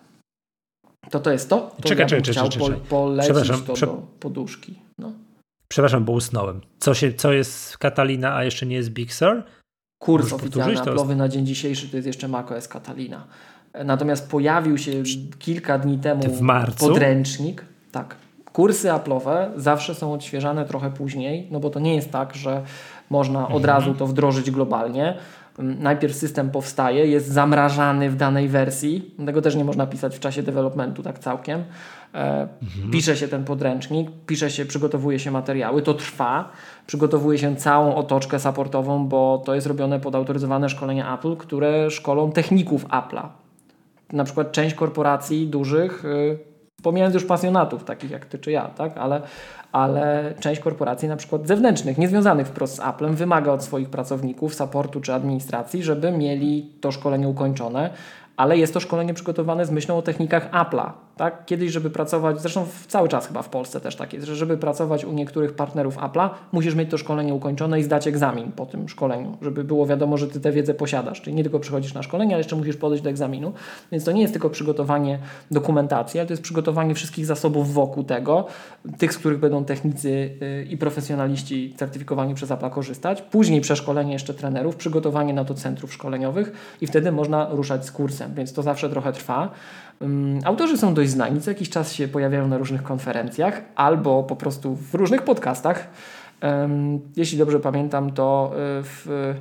To jest to. Czekaj. Polecić to do poduszki. No. Przepraszam, bo usnąłem. Co jest Catalina, a jeszcze nie jest Big Sur? Kurs oficjalny Apple'owy na dzień dzisiejszy to jest jeszcze macOS Catalina. Natomiast pojawił się kilka dni temu w marcu? Podręcznik. Tak. Kursy Apple'owe zawsze są odświeżane trochę później, no bo to nie jest tak, że można od razu to wdrożyć globalnie. Najpierw system powstaje, jest zamrażany w danej wersji. Tego też nie można pisać w czasie developmentu tak całkiem. Pisze się ten podręcznik, przygotowuje się materiały, to trwa, przygotowuje się całą otoczkę supportową, bo to jest robione pod autoryzowane szkolenia Apple, które szkolą techników Apple'a. Na przykład część korporacji dużych, pomijając już pasjonatów, takich jak ty czy ja, tak? Ale część korporacji na przykład zewnętrznych, niezwiązanych wprost z Applem, wymaga od swoich pracowników, supportu czy administracji, żeby mieli to szkolenie ukończone, ale jest to szkolenie przygotowane z myślą o technikach Apple'a. Tak? Kiedyś, żeby pracować, zresztą cały czas chyba w Polsce też tak jest, że żeby pracować u niektórych partnerów Apple'a, musisz mieć to szkolenie ukończone i zdać egzamin po tym szkoleniu, żeby było wiadomo, że ty tę wiedzę posiadasz. Czyli nie tylko przychodzisz na szkolenie, ale jeszcze musisz podejść do egzaminu. Więc to nie jest tylko przygotowanie dokumentacji, ale to jest przygotowanie wszystkich zasobów wokół tego, tych, z których będą technicy i profesjonaliści certyfikowani przez Apple'a korzystać. Później przeszkolenie jeszcze trenerów, przygotowanie na to centrów szkoleniowych i wtedy można ruszać z kursem, więc to zawsze trochę trwa. Autorzy są dość znani, co jakiś czas się pojawiają na różnych konferencjach albo po prostu w różnych podcastach. Jeśli dobrze pamiętam, to w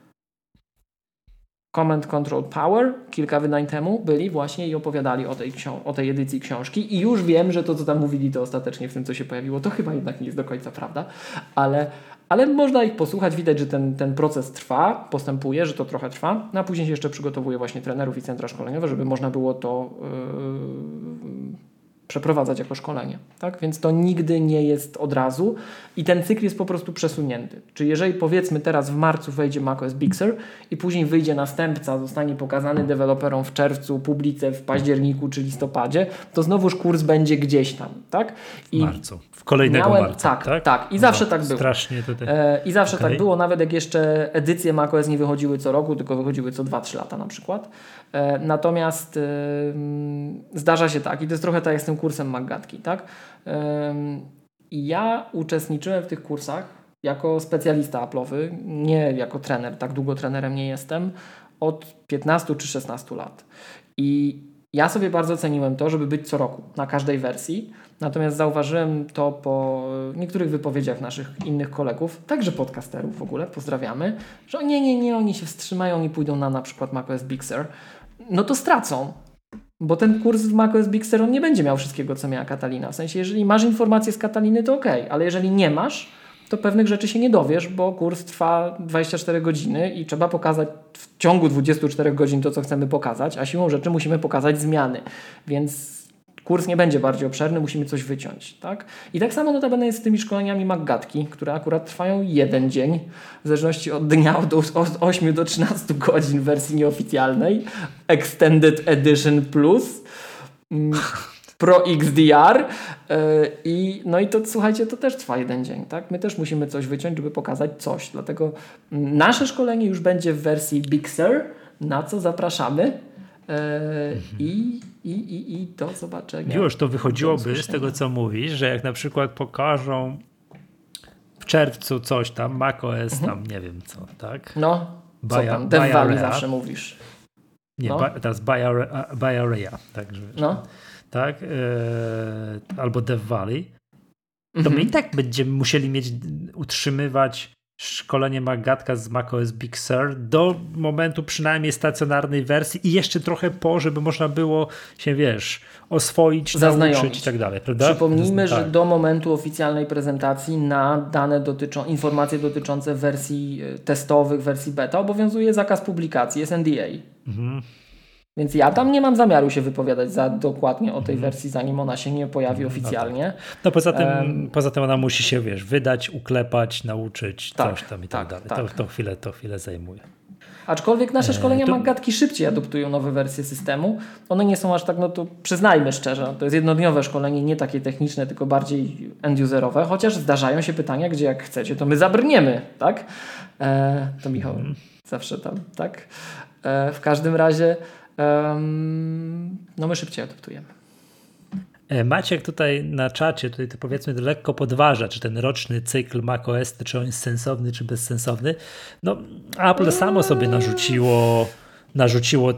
Command Control Power kilka wydań temu byli właśnie i opowiadali o tej edycji książki i już wiem, że to, co tam mówili, to ostatecznie w tym, co się pojawiło, to chyba jednak nie jest do końca prawda, ale można ich posłuchać, widać, że ten proces trwa, postępuje, że to trochę trwa, a później się jeszcze przygotowuje właśnie trenerów i centra szkoleniowe, żeby można było to przeprowadzać jako szkolenie. Tak? Więc to nigdy nie jest od razu i ten cykl jest po prostu przesunięty. Czyli jeżeli powiedzmy teraz w marcu wejdzie macOS Big Sur i później wyjdzie następca, zostanie pokazany deweloperom w czerwcu, publice w październiku czy listopadzie, to znowuż kurs będzie gdzieś tam. Tak? W marcu. W kolejnego marca. Tak. I zawsze tak było. Strasznie tutaj. I zawsze tak było, nawet jak jeszcze edycje macOS nie wychodziły co roku, tylko wychodziły co 2-3 lata na przykład. Natomiast zdarza się tak i to jest trochę tak jak z tym kursem MacGatki, tak? I ja uczestniczyłem w tych kursach jako specjalista Apple'owy, nie jako trener, tak długo trenerem nie jestem, od 15 czy 16 lat. I ja sobie bardzo ceniłem to, żeby być co roku na każdej wersji, natomiast zauważyłem to po niektórych wypowiedziach naszych innych kolegów, także podcasterów w ogóle, pozdrawiamy, że nie, oni się wstrzymają i pójdą na przykład macOS Big Sur, no to stracą. Bo ten kurs w macOS Big Sur on nie będzie miał wszystkiego, co miała Catalina. W sensie, jeżeli masz informacje z Cataliny, to okej, ale jeżeli nie masz, to pewnych rzeczy się nie dowiesz, bo kurs trwa 24 godziny i trzeba pokazać w ciągu 24 godzin to, co chcemy pokazać, a siłą rzeczy musimy pokazać zmiany. Więc kurs nie będzie bardziej obszerny, musimy coś wyciąć. Tak? I tak samo notabene jest z tymi szkoleniami MacGatki, które akurat trwają 1 dzień, w zależności od dnia od 8 do 13 godzin w wersji nieoficjalnej, Extended Edition Plus, Pro XDR i to słuchajcie, to też trwa 1 dzień. Tak? My też musimy coś wyciąć, żeby pokazać coś. Dlatego nasze szkolenie już będzie w wersji Big Sur, na co zapraszamy. I do zobaczenia. Już to wychodziłoby z tego, co mówisz, że jak na przykład pokażą w czerwcu coś tam, macOS tam, nie wiem co, tak? No, co tam, Dev Valley zawsze mówisz. Nie, teraz Bay Area, także tak, albo Dev Valley, to my i tak będziemy musieli utrzymywać szkolenie Magatka z macOS Big Sur do momentu przynajmniej stacjonarnej wersji i jeszcze trochę żeby można było się, oswoić, nauczyć i tak dalej, prawda? Przypomnijmy, że do momentu oficjalnej prezentacji na informacje dotyczące wersji testowych, wersji beta obowiązuje zakaz publikacji, jest NDA. Więc ja tam nie mam zamiaru się wypowiadać dokładnie o tej wersji, zanim ona się nie pojawi oficjalnie. No poza tym ona musi się, wydać, uklepać, nauczyć, coś tam i tak dalej. Tak. To chwilę zajmuje. Aczkolwiek nasze szkolenia Magatki szybciej adoptują nowe wersje systemu. One nie są aż tak, to przyznajmy szczerze, to jest jednodniowe szkolenie, nie takie techniczne, tylko bardziej end-userowe, chociaż zdarzają się pytania, gdzie jak chcecie, to my zabrniemy, tak? To Michał zawsze tam, tak? W każdym razie my szybciej adoptujemy. Maciek tutaj na czacie, to powiedzmy lekko podważa, czy ten roczny cykl macOS, czy on jest sensowny, czy bezsensowny. No, Apple samo sobie narzuciło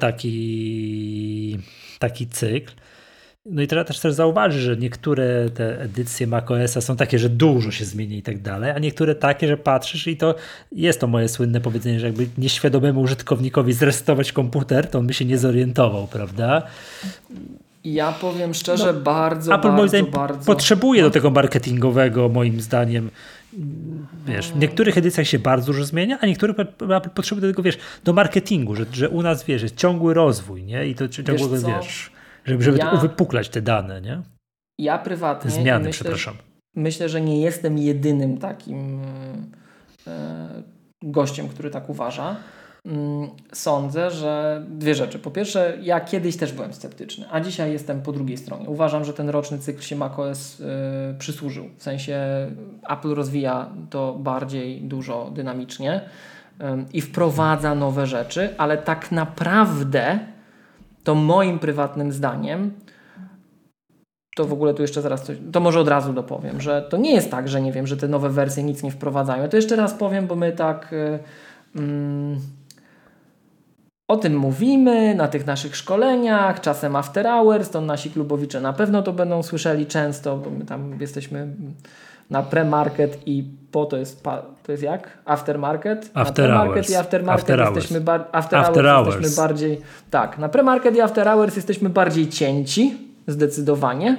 taki cykl. No i teraz też zauważy, że niektóre te edycje macOS-a są takie, że dużo się zmieni i tak dalej, a niektóre takie, że patrzysz i to jest to moje słynne powiedzenie, że jakby nieświadomemu użytkownikowi zresetować komputer, to on by się nie zorientował, prawda? Ja powiem szczerze, Apple moim zdaniem potrzebuje do tego marketingowego, moim zdaniem, w niektórych edycjach się bardzo dużo zmienia, a niektórych Apple potrzebuje do tego, do marketingu, że u nas, jest ciągły rozwój, nie? I to ciągłego, żeby uwypuklać te dane, nie? Ja prywatnie zmiany, myślę, że nie jestem jedynym takim gościem, który tak uważa. Sądzę, że dwie rzeczy. Po pierwsze, ja kiedyś też byłem sceptyczny, a dzisiaj jestem po drugiej stronie. Uważam, że ten roczny cykl się macOS przysłużył. W sensie Apple rozwija to bardziej dużo dynamicznie i wprowadza nowe rzeczy, ale tak naprawdę to moim prywatnym zdaniem, to w ogóle tu jeszcze zaraz to może od razu dopowiem, że to nie jest tak, że nie wiem, że te nowe wersje nic nie wprowadzają. To jeszcze raz powiem, bo my tak o tym mówimy na tych naszych szkoleniach, czasem after hours, to nasi klubowicze na pewno to będą słyszeli często, bo my tam jesteśmy na pre-market i to jest jak? Aftermarket? After na hours. I aftermarket jesteśmy jesteśmy bardziej, tak, na pre-market i after hours jesteśmy bardziej cięci, zdecydowanie,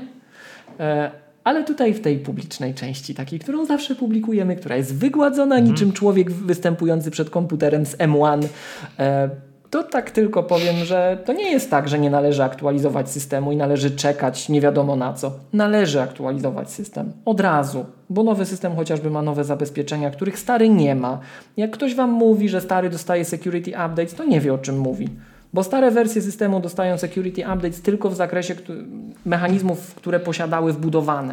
ale tutaj w tej publicznej części takiej, którą zawsze publikujemy, która jest wygładzona niczym człowiek występujący przed komputerem z M1, to tak tylko powiem, że to nie jest tak, że nie należy aktualizować systemu i należy czekać nie wiadomo na co. Należy aktualizować system od razu, bo nowy system chociażby ma nowe zabezpieczenia, których stary nie ma. Jak ktoś wam mówi, że stary dostaje security updates, to nie wie, o czym mówi. Bo stare wersje systemu dostają security updates tylko w zakresie mechanizmów, które posiadały wbudowane.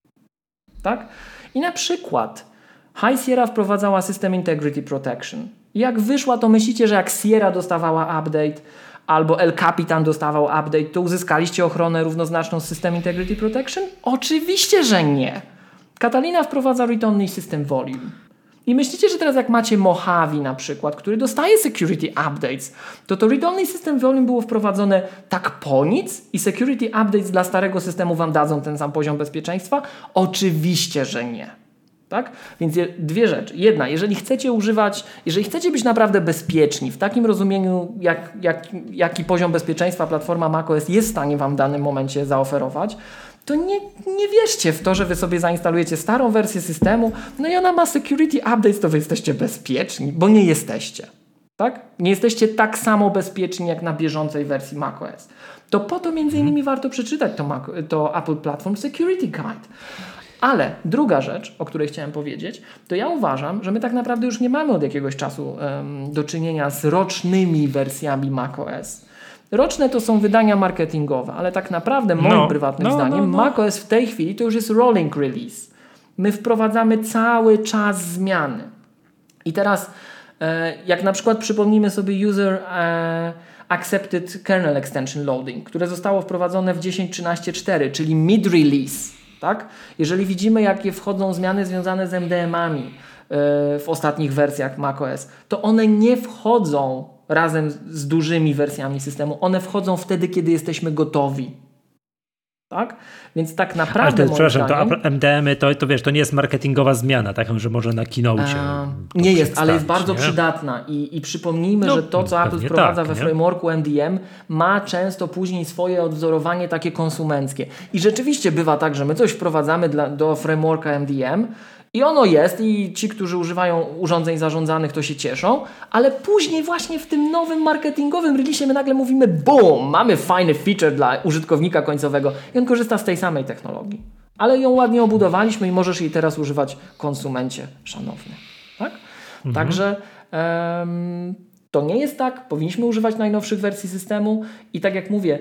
Tak? I na przykład High Sierra wprowadzała System Integrity Protection. Jak wyszła, to myślicie, że jak Sierra dostawała update albo El Capitan dostawał update, to uzyskaliście ochronę równoznaczną z System Integrity Protection? Oczywiście, że nie. Catalina wprowadza Read-Only System Volume. I myślicie, że teraz jak macie Mojave na przykład, który dostaje security updates, to Read-Only System Volume było wprowadzone tak po nic i security updates dla starego systemu wam dadzą ten sam poziom bezpieczeństwa? Oczywiście, że nie. Tak? Więc dwie rzeczy. Jedna, jeżeli chcecie być naprawdę bezpieczni, w takim rozumieniu, jaki poziom bezpieczeństwa platforma macOS jest w stanie wam w danym momencie zaoferować, to nie wierzcie w to, że wy sobie zainstalujecie starą wersję systemu, no i ona ma security updates, to wy jesteście bezpieczni, bo nie jesteście. Tak? Nie jesteście tak samo bezpieczni jak na bieżącej wersji macOS. To po to między innymi warto przeczytać to Apple Platform Security Guide. Ale druga rzecz, o której chciałem powiedzieć, to ja uważam, że my tak naprawdę już nie mamy od jakiegoś czasu do czynienia z rocznymi wersjami macOS. Roczne to są wydania marketingowe, ale tak naprawdę moim prywatnym zdaniem macOS w tej chwili to już jest rolling release. My wprowadzamy cały czas zmiany. I teraz jak na przykład przypomnimy sobie User Accepted Kernel Extension Loading, które zostało wprowadzone w 10.13.4, czyli mid-release. Tak? Jeżeli widzimy, jakie wchodzą zmiany związane z MDM-ami w ostatnich wersjach macOS, to one nie wchodzą razem z dużymi wersjami systemu. One wchodzą wtedy, kiedy jesteśmy gotowi. Tak? Więc tak naprawdę. Ale przepraszam, to MDM-y to wiesz, to nie jest marketingowa zmiana, taką, że może na keynocie. Nie jest, ale jest bardzo przydatna i przypomnijmy, że to, co Apple wprowadza we frameworku MDM, ma często później swoje odwzorowanie takie konsumenckie. I rzeczywiście bywa tak, że my coś wprowadzamy do frameworka MDM i ono jest i ci, którzy używają urządzeń zarządzanych, to się cieszą, ale później właśnie w tym nowym marketingowym releasie my nagle mówimy boom, mamy fajny feature dla użytkownika końcowego i on korzysta z tej samej technologii. Ale ją ładnie obudowaliśmy i możesz jej teraz używać, konsumencie szanowny. Tak? Także to nie jest tak. Powinniśmy używać najnowszych wersji systemu i tak jak mówię,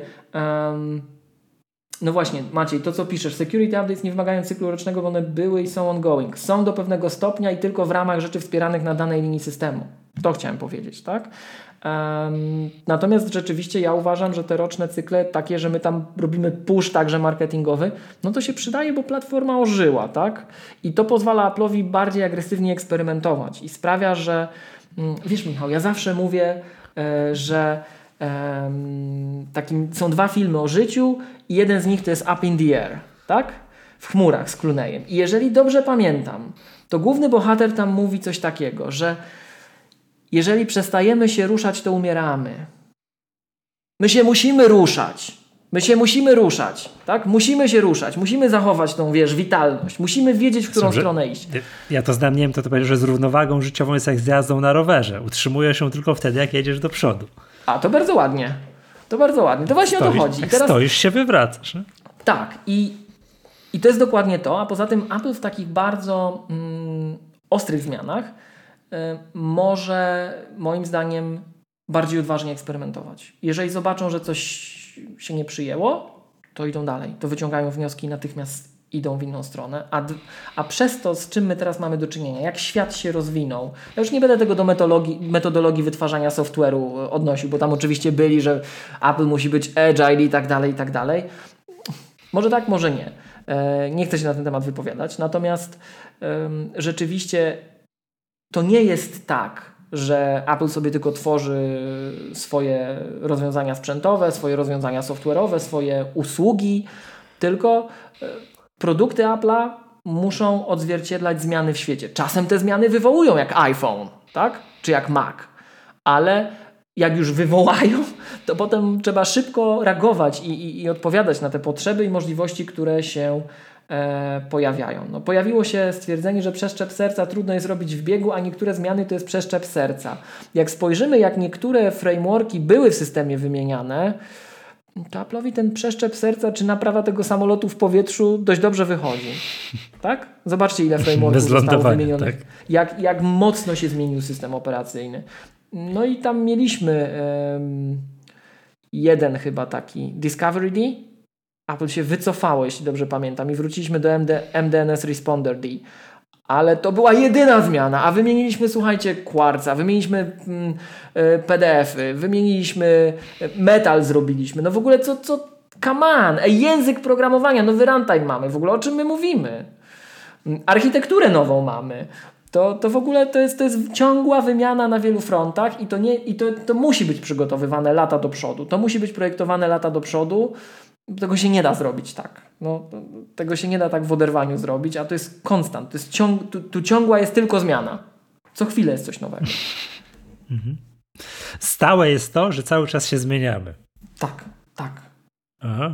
no właśnie, Maciej, to co piszesz, security updates nie wymagają cyklu rocznego, bo one były i są ongoing. Są do pewnego stopnia i tylko w ramach rzeczy wspieranych na danej linii systemu. To chciałem powiedzieć, tak? Natomiast rzeczywiście ja uważam, że te roczne cykle, takie, że my tam robimy push także marketingowy, no to się przydaje, bo platforma ożyła, tak? I to pozwala Apple'owi bardziej agresywnie eksperymentować i sprawia, że wiesz, Michał, ja zawsze mówię, że są 2 filmy o życiu i jeden z nich to jest Up in the Air, tak? W chmurach z Clooneyem. I jeżeli dobrze pamiętam, to główny bohater tam mówi coś takiego, że jeżeli przestajemy się ruszać, to umieramy. My się musimy ruszać, tak? Musimy się ruszać, musimy zachować tą, witalność, musimy wiedzieć, w którą stronę iść. Ja to znam, nie wiem, to powiedział, że z równowagą życiową jest jak z jazdą na rowerze. Utrzymujesz ją tylko wtedy, jak jedziesz do przodu. A, to bardzo ładnie. To właśnie o to chodzi. Jak stoisz, się wywracasz. Nie? Tak. I to jest dokładnie to. A poza tym Apple w takich bardzo ostrych zmianach może, moim zdaniem, bardziej odważnie eksperymentować. Jeżeli zobaczą, że coś się nie przyjęło, to idą dalej. To wyciągają wnioski i natychmiast idą w inną stronę. A przez to, z czym my teraz mamy do czynienia, jak świat się rozwinął, ja już nie będę tego do metodologii wytwarzania software'u odnosił, bo tam oczywiście byli, że Apple musi być agile i tak dalej. Może tak, może nie. Nie chcę się na ten temat wypowiadać. Natomiast rzeczywiście to nie jest tak, że Apple sobie tylko tworzy swoje rozwiązania sprzętowe, swoje rozwiązania software'owe, swoje usługi, tylko produkty Apple'a muszą odzwierciedlać zmiany w świecie. Czasem te zmiany wywołują jak iPhone, tak? Czy jak Mac. Ale jak już wywołają, to potem trzeba szybko reagować i odpowiadać na te potrzeby i możliwości, które się pojawiają. No, pojawiło się stwierdzenie, że przeszczep serca trudno jest robić w biegu, a niektóre zmiany to jest przeszczep serca. Jak spojrzymy, jak niektóre frameworki były w systemie wymieniane, to Apple'owi ten przeszczep serca czy naprawa tego samolotu w powietrzu dość dobrze wychodzi. Tak? Zobaczcie, ile frameworków zostało wymienionych. Tak. Jak mocno się zmienił system operacyjny. No i tam mieliśmy jeden chyba taki Discovery D. Apple się wycofało, jeśli dobrze pamiętam, i wróciliśmy do MDNS Responder D. Ale to była jedyna zmiana, a wymieniliśmy, słuchajcie, Quartza, wymieniliśmy PDF-y, wymieniliśmy Metal zrobiliśmy. No w ogóle come on, język programowania, nowy runtime mamy, w ogóle o czym my mówimy? Architekturę nową mamy. To w ogóle to jest ciągła wymiana na wielu frontach i to musi być przygotowywane lata do przodu. To musi być projektowane lata do przodu. Tego się nie da zrobić tak. Tego się nie da tak w oderwaniu zrobić, a to jest konstant. To jest tu ciągła jest tylko zmiana. Co chwilę jest coś nowego. Stałe jest to, że cały czas się zmieniamy. Tak. Aha.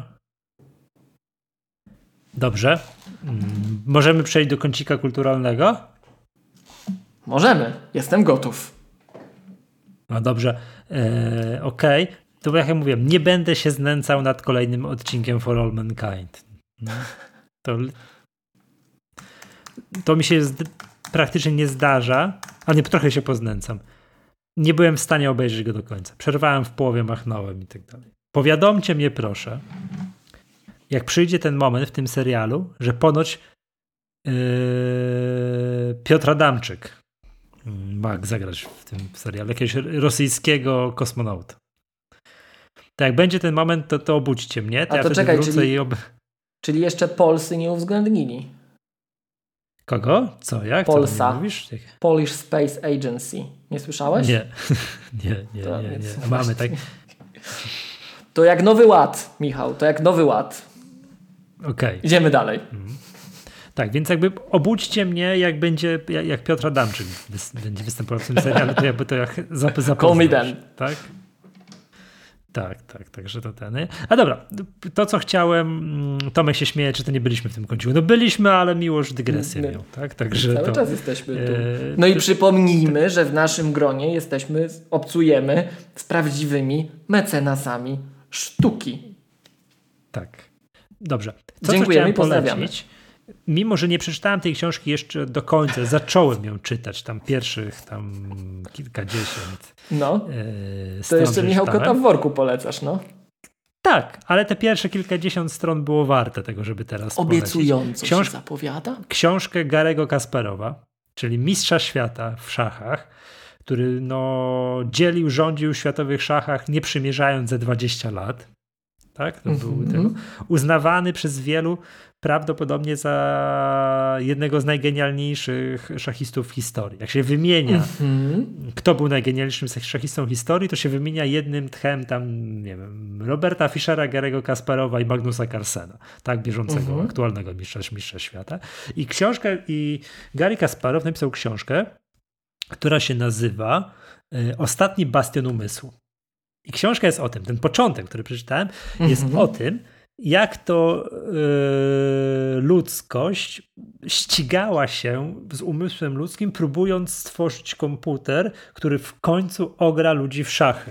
Dobrze. Możemy przejść do kącika kulturalnego? Możemy. Jestem gotów. No dobrze. Okej. To jak ja mówiłem, nie będę się znęcał nad kolejnym odcinkiem For All Mankind. No. To mi się praktycznie nie zdarza, ale trochę się poznęcam. Nie byłem w stanie obejrzeć go do końca. Przerwałem w połowie, machnąłem i tak dalej. Powiadomcie mnie proszę, jak przyjdzie ten moment w tym serialu, że ponoć Piotr Adamczyk ma zagrać w tym serialu, jakiegoś rosyjskiego kosmonauta. To jak będzie ten moment, to obudźcie mnie. To ja czekaj, czyli jeszcze Polsy nie uwzględnili. Kogo? Co? Jak? Polsa. Co mówisz? Polish Space Agency. Nie słyszałeś? Nie. Mamy tak. To jak Nowy Ład, Michał. To jak Nowy Ład. Okej. Idziemy dalej. Tak, więc jakby obudźcie mnie, jak Piotr Adamczyk będzie występował w tym serialu, to jakby to jak zapoznać. Call me then. Tak? Tak, także to ten. A dobra, to co chciałem, Tomek się śmieje, czy to nie byliśmy w tym kąciku. No byliśmy, ale Miłosz dygresję miał, tak? Także cały czas jesteśmy tu. No i przypomnijmy, że w naszym gronie obcujemy z prawdziwymi mecenasami sztuki. Tak. Dobrze. Dziękujemy i pozdrawiamy. Mimo, że nie przeczytałem tej książki jeszcze do końca, zacząłem ją czytać, tam pierwszych kilkadziesiąt. No, to jeszcze Michał Kota w worku polecasz, no. Tak, ale te pierwsze kilkadziesiąt stron było warte tego, żeby teraz obiecująco się zapowiada. Książkę Garego Kasparowa, czyli mistrza świata w szachach, który rządził w światowych szachach nie przymierzając ze 20 lat. Tak? To był uznawany przez wielu prawdopodobnie za jednego z najgenialniejszych szachistów w historii. Jak się wymienia, kto był najgenialniejszym szachistą w historii, to się wymienia jednym tchem nie wiem, Roberta Fischera, Garego Kasparowa i Magnusa Carlsena, tak, bieżącego, aktualnego mistrza świata. I Garry Kasparow napisał książkę, która się nazywa Ostatni bastion umysłu. I książka jest o tym, ten początek, który przeczytałem, jest o tym, jak to ludzkość ścigała się z umysłem ludzkim, próbując stworzyć komputer, który w końcu ogra ludzi w szachy.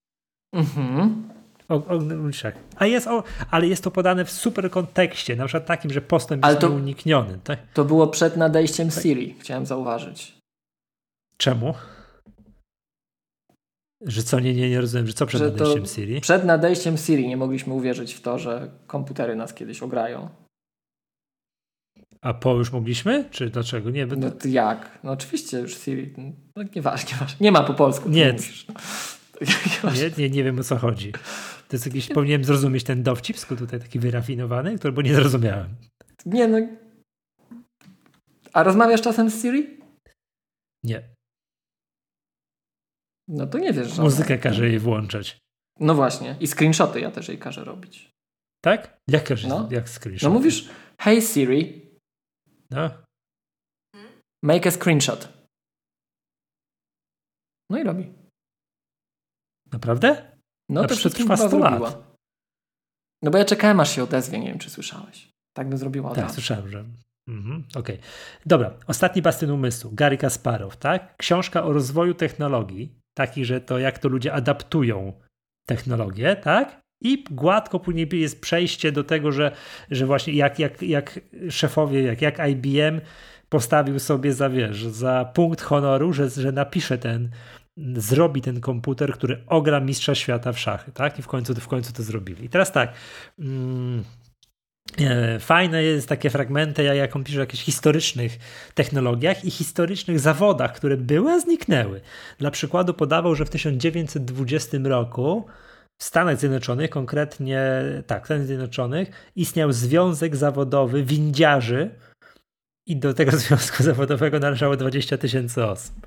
Ale jest to podane w super kontekście, na przykład takim, że postęp jest nieunikniony. Tak? To było przed nadejściem Siri, chciałem zauważyć. Czemu? Że co, nie rozumiem, że co przed nadejściem Siri? Przed nadejściem Siri nie mogliśmy uwierzyć w to, że komputery nas kiedyś ograją. A już mogliśmy? Czy dlaczego? Nie, no to jak? No oczywiście już Siri, no nieważne. Nie ma po polsku. Nie. Nie wiem o co chodzi. To jest jakiś, powinienem zrozumieć ten dowcip tutaj taki wyrafinowany, bo nie zrozumiałem. Nie no. A rozmawiasz czasem z Siri? Nie. No to nie wiesz, że muzykę każę jej włączać. No właśnie. I screenshoty ja też jej każę robić. Tak? Jak screenshot? No mówisz, hey Siri. No. Make a screenshot. No i robi. Naprawdę? No to trwa 100 lat. No bo ja czekałem, aż się odezwie. Nie wiem, czy słyszałeś. Tak by zrobiła od razu. Tak, słyszałem, że... Okej. Dobra. Ostatni bastion umysłu. Garry Kasparow, tak? Książka o rozwoju technologii, takich, że to jak to ludzie adaptują technologię, tak? I gładko później jest przejście do tego, że właśnie jak szefowie, jak IBM postawił sobie za punkt honoru, że napisze zrobi ten komputer, który ogra mistrza świata w szachy, tak? I w końcu to zrobili. I teraz tak... Fajne jest takie fragmenty, jak on pisze o jakichś historycznych technologiach i historycznych zawodach, które były, a zniknęły. Dla przykładu podawał, że w 1920 roku w Stanach Zjednoczonych, konkretnie w Stanach Zjednoczonych istniał związek zawodowy windziarzy i do tego związku zawodowego należało 20 000 osób.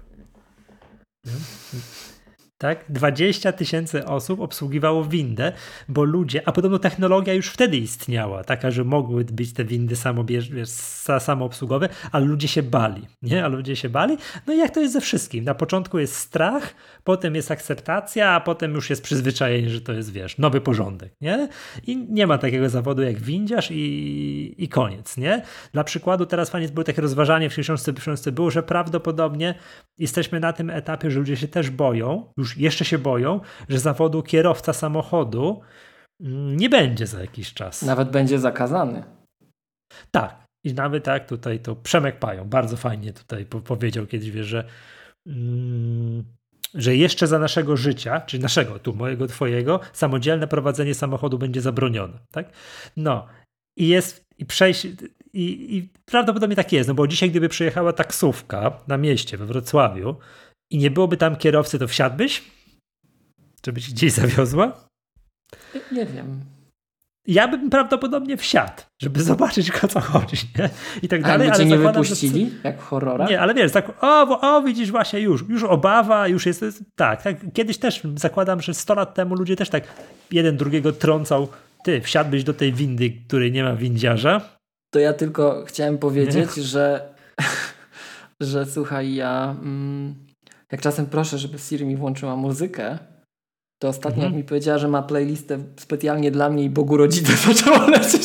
Tak? 20 000 osób obsługiwało windę, bo ludzie, a podobno technologia już wtedy istniała, taka, że mogły być te windy samoobsługowe, ale ludzie się bali, nie? No i jak to jest ze wszystkim? Na początku jest strach, potem jest akceptacja, a potem już jest przyzwyczajenie, że to jest, nowy porządek, nie? I nie ma takiego zawodu jak windziarz i koniec, nie? Dla przykładu teraz fajnie było takie rozważanie w książce było, że prawdopodobnie jesteśmy na tym etapie, że ludzie się też boją, już jeszcze się boją, że zawodu kierowca samochodu nie będzie za jakiś czas. Nawet będzie zakazany. Tak. I nawet tak tutaj to Przemek Pają bardzo fajnie tutaj powiedział kiedyś, że jeszcze za naszego życia, czyli naszego, tu mojego, twojego, samodzielne prowadzenie samochodu będzie zabronione. Tak? No. I prawdopodobnie tak jest, no bo dzisiaj gdyby przyjechała taksówka na mieście we Wrocławiu i nie byłoby tam kierowcy, to wsiadłbyś? Żeby ci gdzieś zawiozła? Nie wiem. Ja bym prawdopodobnie wsiadł, żeby zobaczyć, o co chodzi, nie? I tak dalej. Ale cię nie wypuścili, jak w horrorach? Nie, ale wiesz, tak, widzisz właśnie już obawa, już jest, tak. Kiedyś też zakładam, że 100 lat temu ludzie też tak jeden drugiego trącał Ty wsiadłbyś do tej windy, której nie ma windziarza? To ja tylko chciałem powiedzieć, że słuchaj, ja jak czasem proszę, żeby Siri mi włączyła muzykę, to ostatnio jak mi powiedziała, że ma playlistę specjalnie dla mnie i Bogu rodzice, zaczęła lecieć.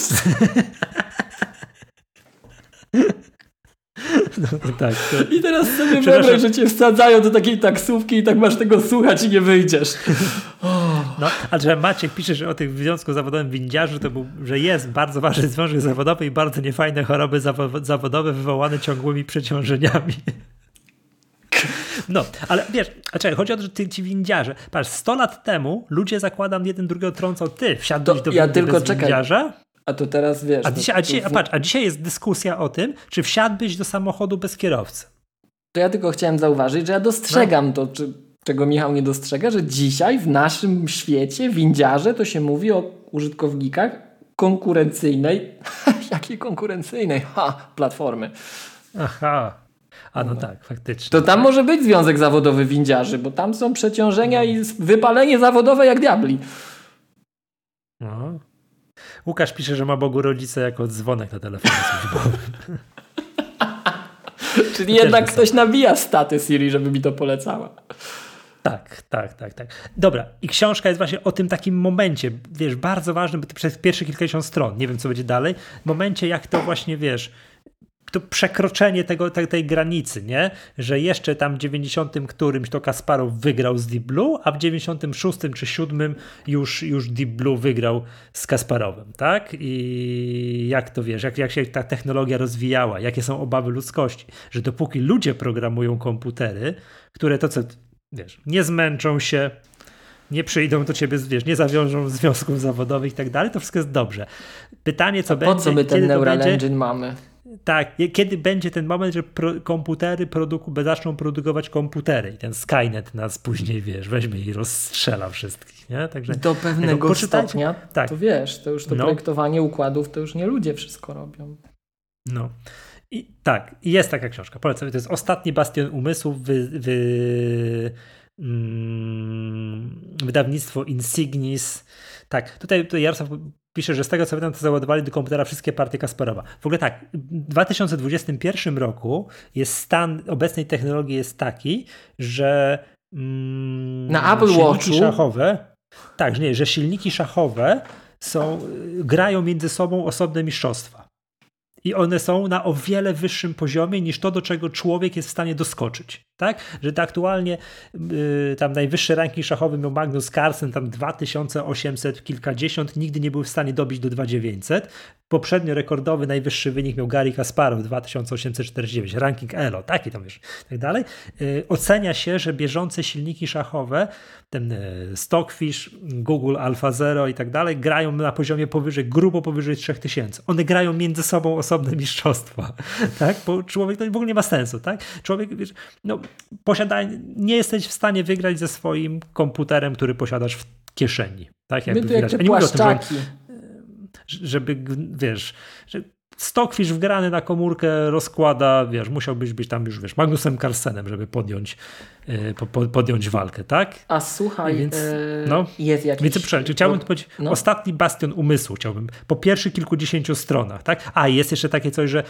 No, tak, to... I teraz sobie wyobraź, że cię wsadzają do takiej taksówki i tak masz tego słuchać i nie wyjdziesz. No, a że Maciek pisze, że o tym związku zawodowym windziarzu, to że jest bardzo ważny związek zawodowy i bardzo niefajne choroby zawodowe wywołane ciągłymi przeciążeniami. No, ale wiesz, chodzi o to, że ci windziarze, patrz, 100 lat temu ludzie, zakładam, jeden drugiego trącał, ty wsiadłeś do windy bez windziarza? A to teraz wiesz... A dzisiaj jest dyskusja o tym, czy wsiadłbyś do samochodu bez kierowcy. To ja tylko chciałem zauważyć, że ja dostrzegam to, czego Michał nie dostrzega, że dzisiaj w naszym świecie windziarze to się mówi o użytkownikach konkurencyjnej. Jakiej konkurencyjnej? Platformy. Aha. A no tak, faktycznie. To tam może być związek zawodowy windziarzy, bo tam są przeciążenia i wypalenie zawodowe jak diabli. No. Łukasz pisze, że ma Bogu rodzice jako dzwonek na telefonie służbowym. Czyli jednak ktoś nabija staty Siri, żeby mi to polecała. Tak. Dobra, i książka jest właśnie o tym takim momencie, wiesz, bardzo ważnym, bo to przez pierwsze kilkadziesiąt stron, nie wiem co będzie dalej, momencie jak to właśnie, wiesz, to przekroczenie tej granicy, nie? Że jeszcze tam w 90 którymś to Kasparow wygrał z Deep Blue, a w 96 czy 7 już Deep Blue wygrał z Kasparowem, tak? I jak to wiesz, jak się ta technologia rozwijała, jakie są obawy ludzkości, że dopóki ludzie programują komputery, które to co, wiesz, nie zmęczą się, nie przyjdą do ciebie, wiesz, nie zawiążą związków zawodowych i tak dalej, to wszystko jest dobrze. Pytanie, co będzie... Po co my ten Neural Engine mamy? Tak, kiedy będzie ten moment, że komputery zaczną produkować komputery i ten Skynet nas później, wiesz, weźmie i rozstrzela wszystkich, nie? Także do pewnego stopnia, tak. To wiesz, to już projektowanie układów, to już nie ludzie wszystko robią. No. I tak, i jest taka książka, polecam, to jest Ostatni bastion umysłów, wydawnictwo Insignis. Tak, tutaj Jarosław pisze, że z tego co pamiętam, to załadowali do komputera wszystkie partie Kasparowa. W ogóle tak, w 2021 roku stan obecnej technologii jest taki, że na Apple Watchu szachowe, tak, że silniki szachowe grają między sobą osobne mistrzostwa. I one są na o wiele wyższym poziomie niż to, do czego człowiek jest w stanie doskoczyć. Tak? Że to aktualnie tam najwyższy ranking szachowy miał Magnus Carlsen, tam 2800 kilkadziesiąt, nigdy nie był w stanie dobić do 2900. Poprzednio rekordowy najwyższy wynik miał Garry Kasparow 2849, ranking ELO, taki tam wiesz, tak dalej. Ocenia się, że bieżące silniki szachowe, ten Stockfish, Google AlphaZero i tak dalej, grają na poziomie grubo powyżej 3000. One grają między sobą osobne mistrzostwa, tak? Bo człowiek to w ogóle nie ma sensu, tak? Człowiek, wiesz, nie jesteś w stanie wygrać ze swoim komputerem, który posiadasz w kieszeni, tak? Jakby wygrać. A nie mówię o tym, żeby, wiesz, że Stockfish wgrany na komórkę rozkłada, wiesz, musiałbyś być tam już, wiesz, Magnusem Carlsenem, żeby podjąć walkę, tak? A słuchaj, więc, jest jakiś... Więc chciałbym powiedzieć, Ostatni bastion umysłu chciałbym, po pierwszych kilkudziesięciu stronach, tak? A, jest jeszcze takie coś, że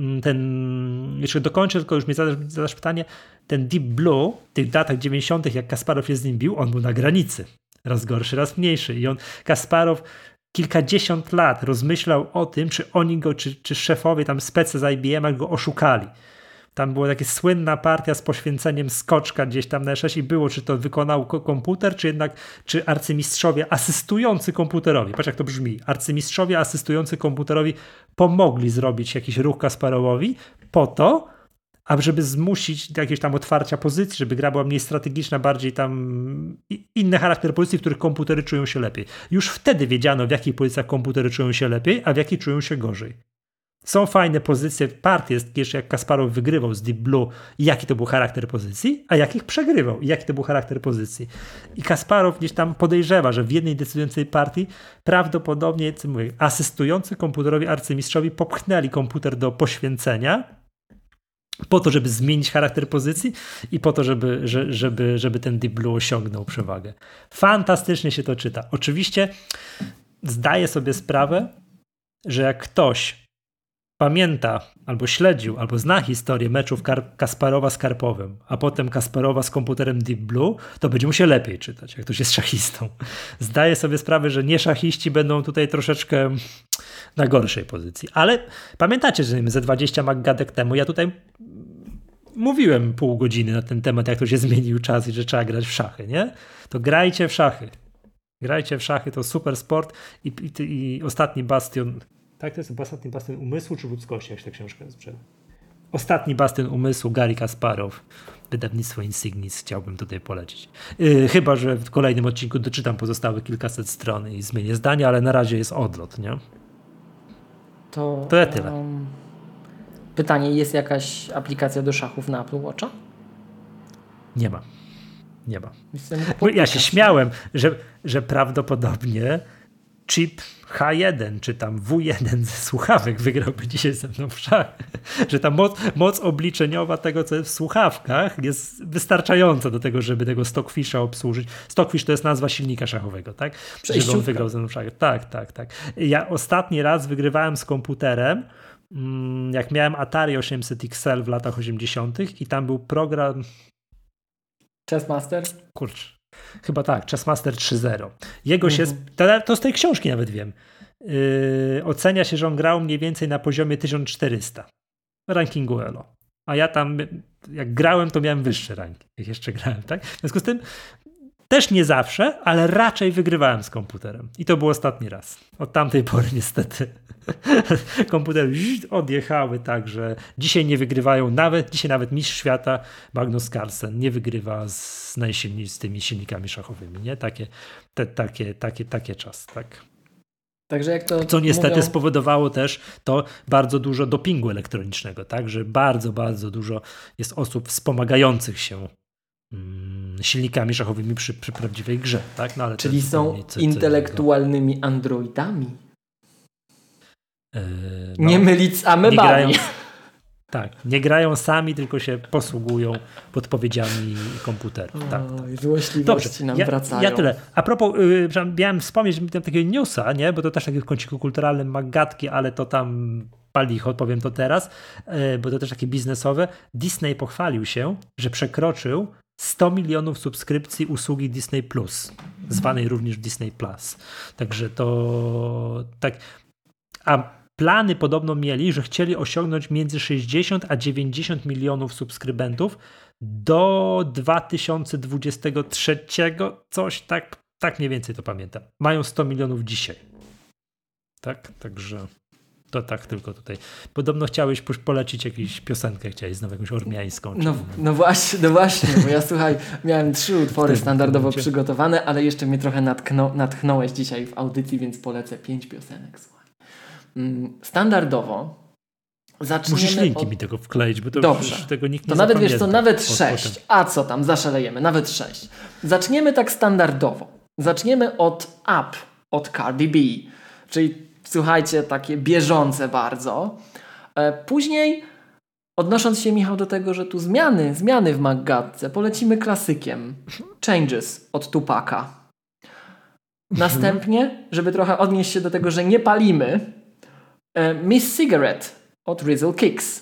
jeszcze dokończę, tylko już mi zadasz pytanie, ten Deep Blue, w tych latach 90., jak Kasparow się z nim bił, on był na granicy, raz gorszy, raz mniejszy i Kasparow kilkadziesiąt lat rozmyślał o tym, czy oni go, czy szefowie, tam specy z IBM go oszukali. Tam była taka słynna partia z poświęceniem skoczka gdzieś tam na E6 i było, czy to wykonał komputer, czy arcymistrzowie asystujący komputerowi. Patrz jak to brzmi. Arcymistrzowie asystujący komputerowi pomogli zrobić jakiś ruch Kasparowowi po to, żeby zmusić do jakiegoś tam otwarcia pozycji, żeby gra była mniej strategiczna, bardziej tam inny charakter pozycji, w których komputery czują się lepiej. Już wtedy wiedziano, w jakich pozycjach komputery czują się lepiej, a w jakich czują się gorzej. Są fajne pozycje, partie, jeszcze jak Kasparow wygrywał z Deep Blue, jaki to był charakter pozycji, a jakich przegrywał i jaki to był charakter pozycji. I Kasparow gdzieś tam podejrzewa, że w jednej decydującej partii prawdopodobnie, co mówię, asystujący komputerowi arcymistrzowi popchnęli komputer do poświęcenia, po to, żeby zmienić charakter pozycji i po to, żeby ten Deep Blue osiągnął przewagę. Fantastycznie się to czyta. Oczywiście zdaję sobie sprawę, że jak ktoś pamięta, albo śledził, albo zna historię meczów Kasparowa z Karpowem, a potem Kasparowa z komputerem Deep Blue, to będzie mu się lepiej czytać, jak ktoś jest szachistą. Zdaję sobie sprawę, że nieszachiści będą tutaj troszeczkę na gorszej pozycji. Ale pamiętacie, że ze 20 maggadek temu ja tutaj mówiłem pół godziny na ten temat, jak to się zmienił czas i że trzeba grać w szachy, nie? To grajcie w szachy. Grajcie w szachy, to super sport i ostatni bastion. Tak, to jest ostatni bastion umysłu czy ludzkości, jak się ta książka nazywa? Ostatni bastion umysłu, Garry Kasparow, wydawnictwo Insignis, chciałbym tutaj polecić. Chyba że w kolejnym odcinku doczytam pozostałe kilkaset stron i zmienię zdanie, ale na razie jest odlot, nie? To ja tyle. Pytanie, jest jakaś aplikacja do szachów na Apple Watcha? Nie ma. Ja się śmiałem, że prawdopodobnie chip H1 czy tam W1 ze słuchawek wygrałby dzisiaj ze mną w szachy. Że ta moc obliczeniowa tego, co jest w słuchawkach, jest wystarczająca do tego, żeby tego Stockfisha obsłużyć. Stockfish to jest nazwa silnika szachowego, tak? Żeby on wygrał ze mną w szachy. Tak. Ja ostatni raz wygrywałem z komputerem, jak miałem Atari 800 XL w latach 80. i tam był program Chessmaster? Kurczę. Chyba tak, Chessmaster 3.0. Jego się, to z tej książki nawet wiem, ocenia się, że on grał mniej więcej na poziomie 1400 rankingu ELO. A ja tam, jak grałem, to miałem wyższy ranking, jak jeszcze grałem, tak? W związku z tym też nie zawsze, ale raczej wygrywałem z komputerem. I to był ostatni raz. Od tamtej pory niestety komputery odjechały tak, że dzisiaj nie wygrywają, dzisiaj nawet mistrz świata Magnus Carlsen nie wygrywa z tymi silnikami szachowymi, nie? Takie czas, tak. Także jak to co niestety spowodowało też to bardzo dużo dopingu elektronicznego, tak, że bardzo, bardzo dużo jest osób wspomagających się silnikami szachowymi przy prawdziwej grze, tak? No, ale czyli są intelektualnymi androidami. Nie mylić z amebami. Nie grają sami, tylko się posługują podpowiedziami komputerów. Tak. Złośliwości nam wracają. Ja tyle. A propos, miałem wspomnieć takiego newsa, nie? Bo to też taki w kąciku kulturalnym maggatki, ale to tam palicho, powiem to teraz, bo to też takie biznesowe. Disney pochwalił się, że przekroczył 100 milionów subskrypcji usługi Disney Plus, zwanej również Disney Plus. Także to tak. A plany podobno mieli, że chcieli osiągnąć między 60 a 90 milionów subskrybentów do 2023, coś tak mniej więcej to pamiętam. Mają 100 milionów dzisiaj. Tak, także to tak tylko tutaj. Podobno chciałeś polecić jakąś piosenkę, chciałeś znowu jakąś ormiańską. No właśnie, bo ja słuchaj, miałem 3 utwory standardowo przygotowane, ale jeszcze mnie trochę natchnąłeś dzisiaj w audycji, więc polecę 5 piosenek, słuchaj. Standardowo zaczniemy musisz linki mi tego wkleić, bo to dobrze. Tego nikt nie to nawet wiesz co, nawet 6. A co tam, zaszalejemy, nawet 6. Zaczniemy tak standardowo. Zaczniemy od Up, od Cardi B, czyli słuchajcie, takie bieżące bardzo. Później odnosząc się, Michał, do tego, że tu zmiany w maggatce, polecimy klasykiem Changes od Tupaca. Następnie, żeby trochę odnieść się do tego, że nie palimy, Miss Cigarette od Rizzle Kicks.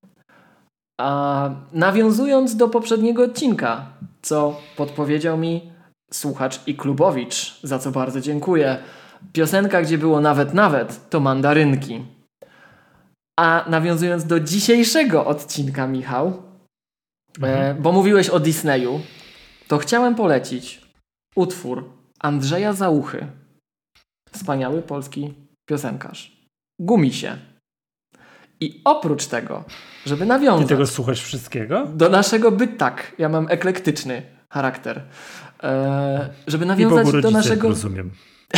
Nawiązując do poprzedniego odcinka, co podpowiedział mi słuchacz i klubowicz, za co bardzo dziękuję. Piosenka, gdzie było nawet, to Mandarynki. A nawiązując do dzisiejszego odcinka, Michał, bo mówiłeś o Disneyu, to chciałem polecić utwór Andrzeja Załuchy. Wspaniały polski piosenkarz. Gumisie. I oprócz tego, żeby nawiązać... Ty tego słuchasz wszystkiego? Do naszego ja mam eklektyczny charakter. Żeby nawiązać do naszego... rozumiem.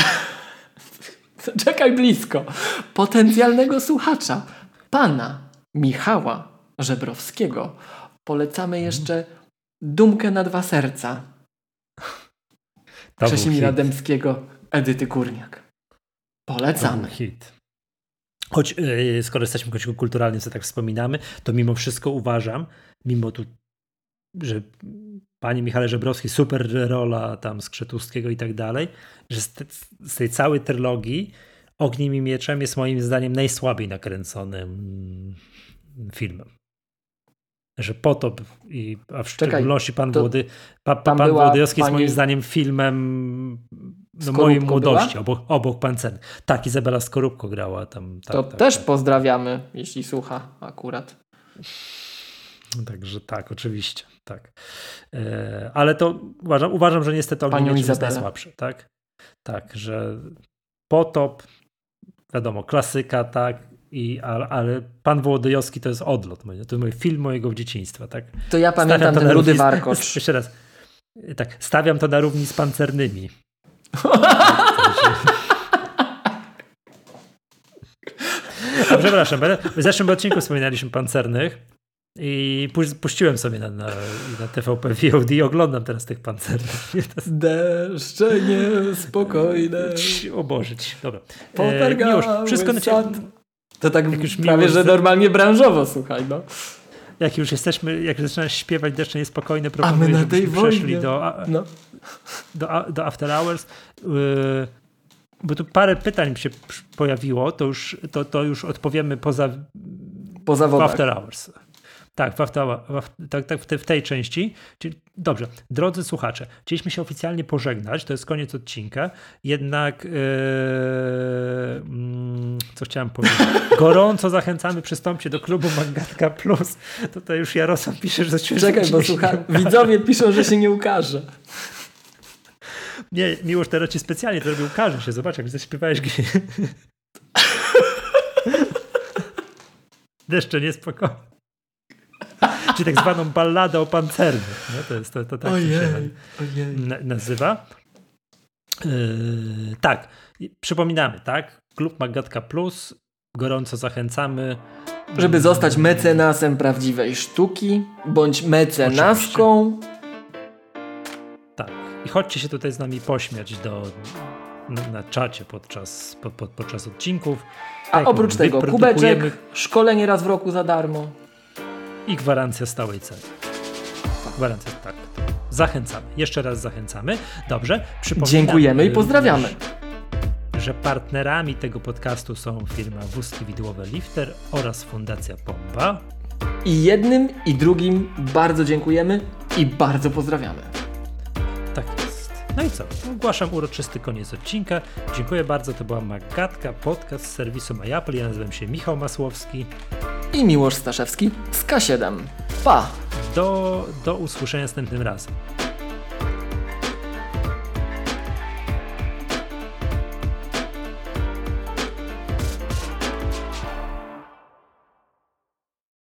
Czekaj blisko. Potencjalnego słuchacza. Pana Michała Żebrowskiego. Polecamy jeszcze Dumkę na 2 serca. Krzesimira Dębskiego, Edyty Górniak. Polecamy. Hit. Choć skoro jesteśmy w kąciku kulturalnym, co tak wspominamy, to mimo wszystko uważam, że Panie Michale Żebrowski, super rola tam Skrzetustkiego i tak dalej, że z tej całej trylogii Ogniem i Mieczem jest moim zdaniem najsłabiej nakręconym filmem. Że Potop, a w szczególności Pan Włodyjowski jest moim zdaniem filmem mojej młodości, obok Pancernych. Tak, Izabela Skorupko grała tam. Też pozdrawiamy, jeśli słucha akurat. Także tak, oczywiście. Tak. Ale to uważam, że niestety Ogień jest najsłabszy. Tak, że Potop, wiadomo, klasyka, tak, ale Pan Wołodyjowski to jest odlot. To jest mój film mojego dzieciństwa. Tak? To ja pamiętam ten Rudy Warkocz. Jeszcze raz. Tak, stawiam to na równi z Pancernymi. A przepraszam, w zeszłym odcinku wspominaliśmy Pancernych i puściłem sobie na TVP VOD i oglądam teraz tych Pancernych. Deszcze niespokojne. O Boże, dobra. Miłosz, wszystko na ciebie. To tak jak już prawie, że normalnie branżowo, słuchaj, no. Jak już zaczynasz śpiewać Deszcze niespokojne, proponuję, żebyśmy przeszli do After Hours. Bo tu parę pytań się pojawiło, to już odpowiemy po zawodach. W After Hours. Tak, w tej części. Czyli, dobrze, drodzy słuchacze, chcieliśmy się oficjalnie pożegnać, to jest koniec odcinka, jednak co chciałem powiedzieć? Gorąco zachęcamy, przystąpcie do klubu Magatka Plus. Tutaj już Jarosław pisze, że... Czekaj, bo widzowie piszą, że się nie ukaże. Nie, Miłosz, teraz ci specjalnie to robił, ukaże się, zobacz, jak zaśpiewałeś Deszcze niespokojne. Czyli tak zwaną balladę o pancernych. No, to tak się nazywa. Tak, przypominamy, tak? Klub Magatka Plus, gorąco zachęcamy. Żeby zostać mecenasem prawdziwej sztuki, bądź mecenaską. Oczywiście. Tak. I chodźcie się tutaj z nami pośmiać na czacie podczas odcinków. A oprócz tego kubeczek, szkolenie raz w roku za darmo. I gwarancja stałej ceny. Gwarancja, tak. Zachęcamy. Jeszcze raz zachęcamy. Dobrze. Dziękujemy i pozdrawiamy. Że partnerami tego podcastu są firma Wózki Widłowe Lifter oraz Fundacja Pompa. I jednym i drugim bardzo dziękujemy i bardzo pozdrawiamy. Tak jest. No i co? Ogłaszam uroczysty koniec odcinka. Dziękuję bardzo. To była Magatka, podcast z serwisu MyApple. Ja nazywam się Michał Masłowski. I Miłosz Staszewski z K7. Pa! Do usłyszenia następnym razem.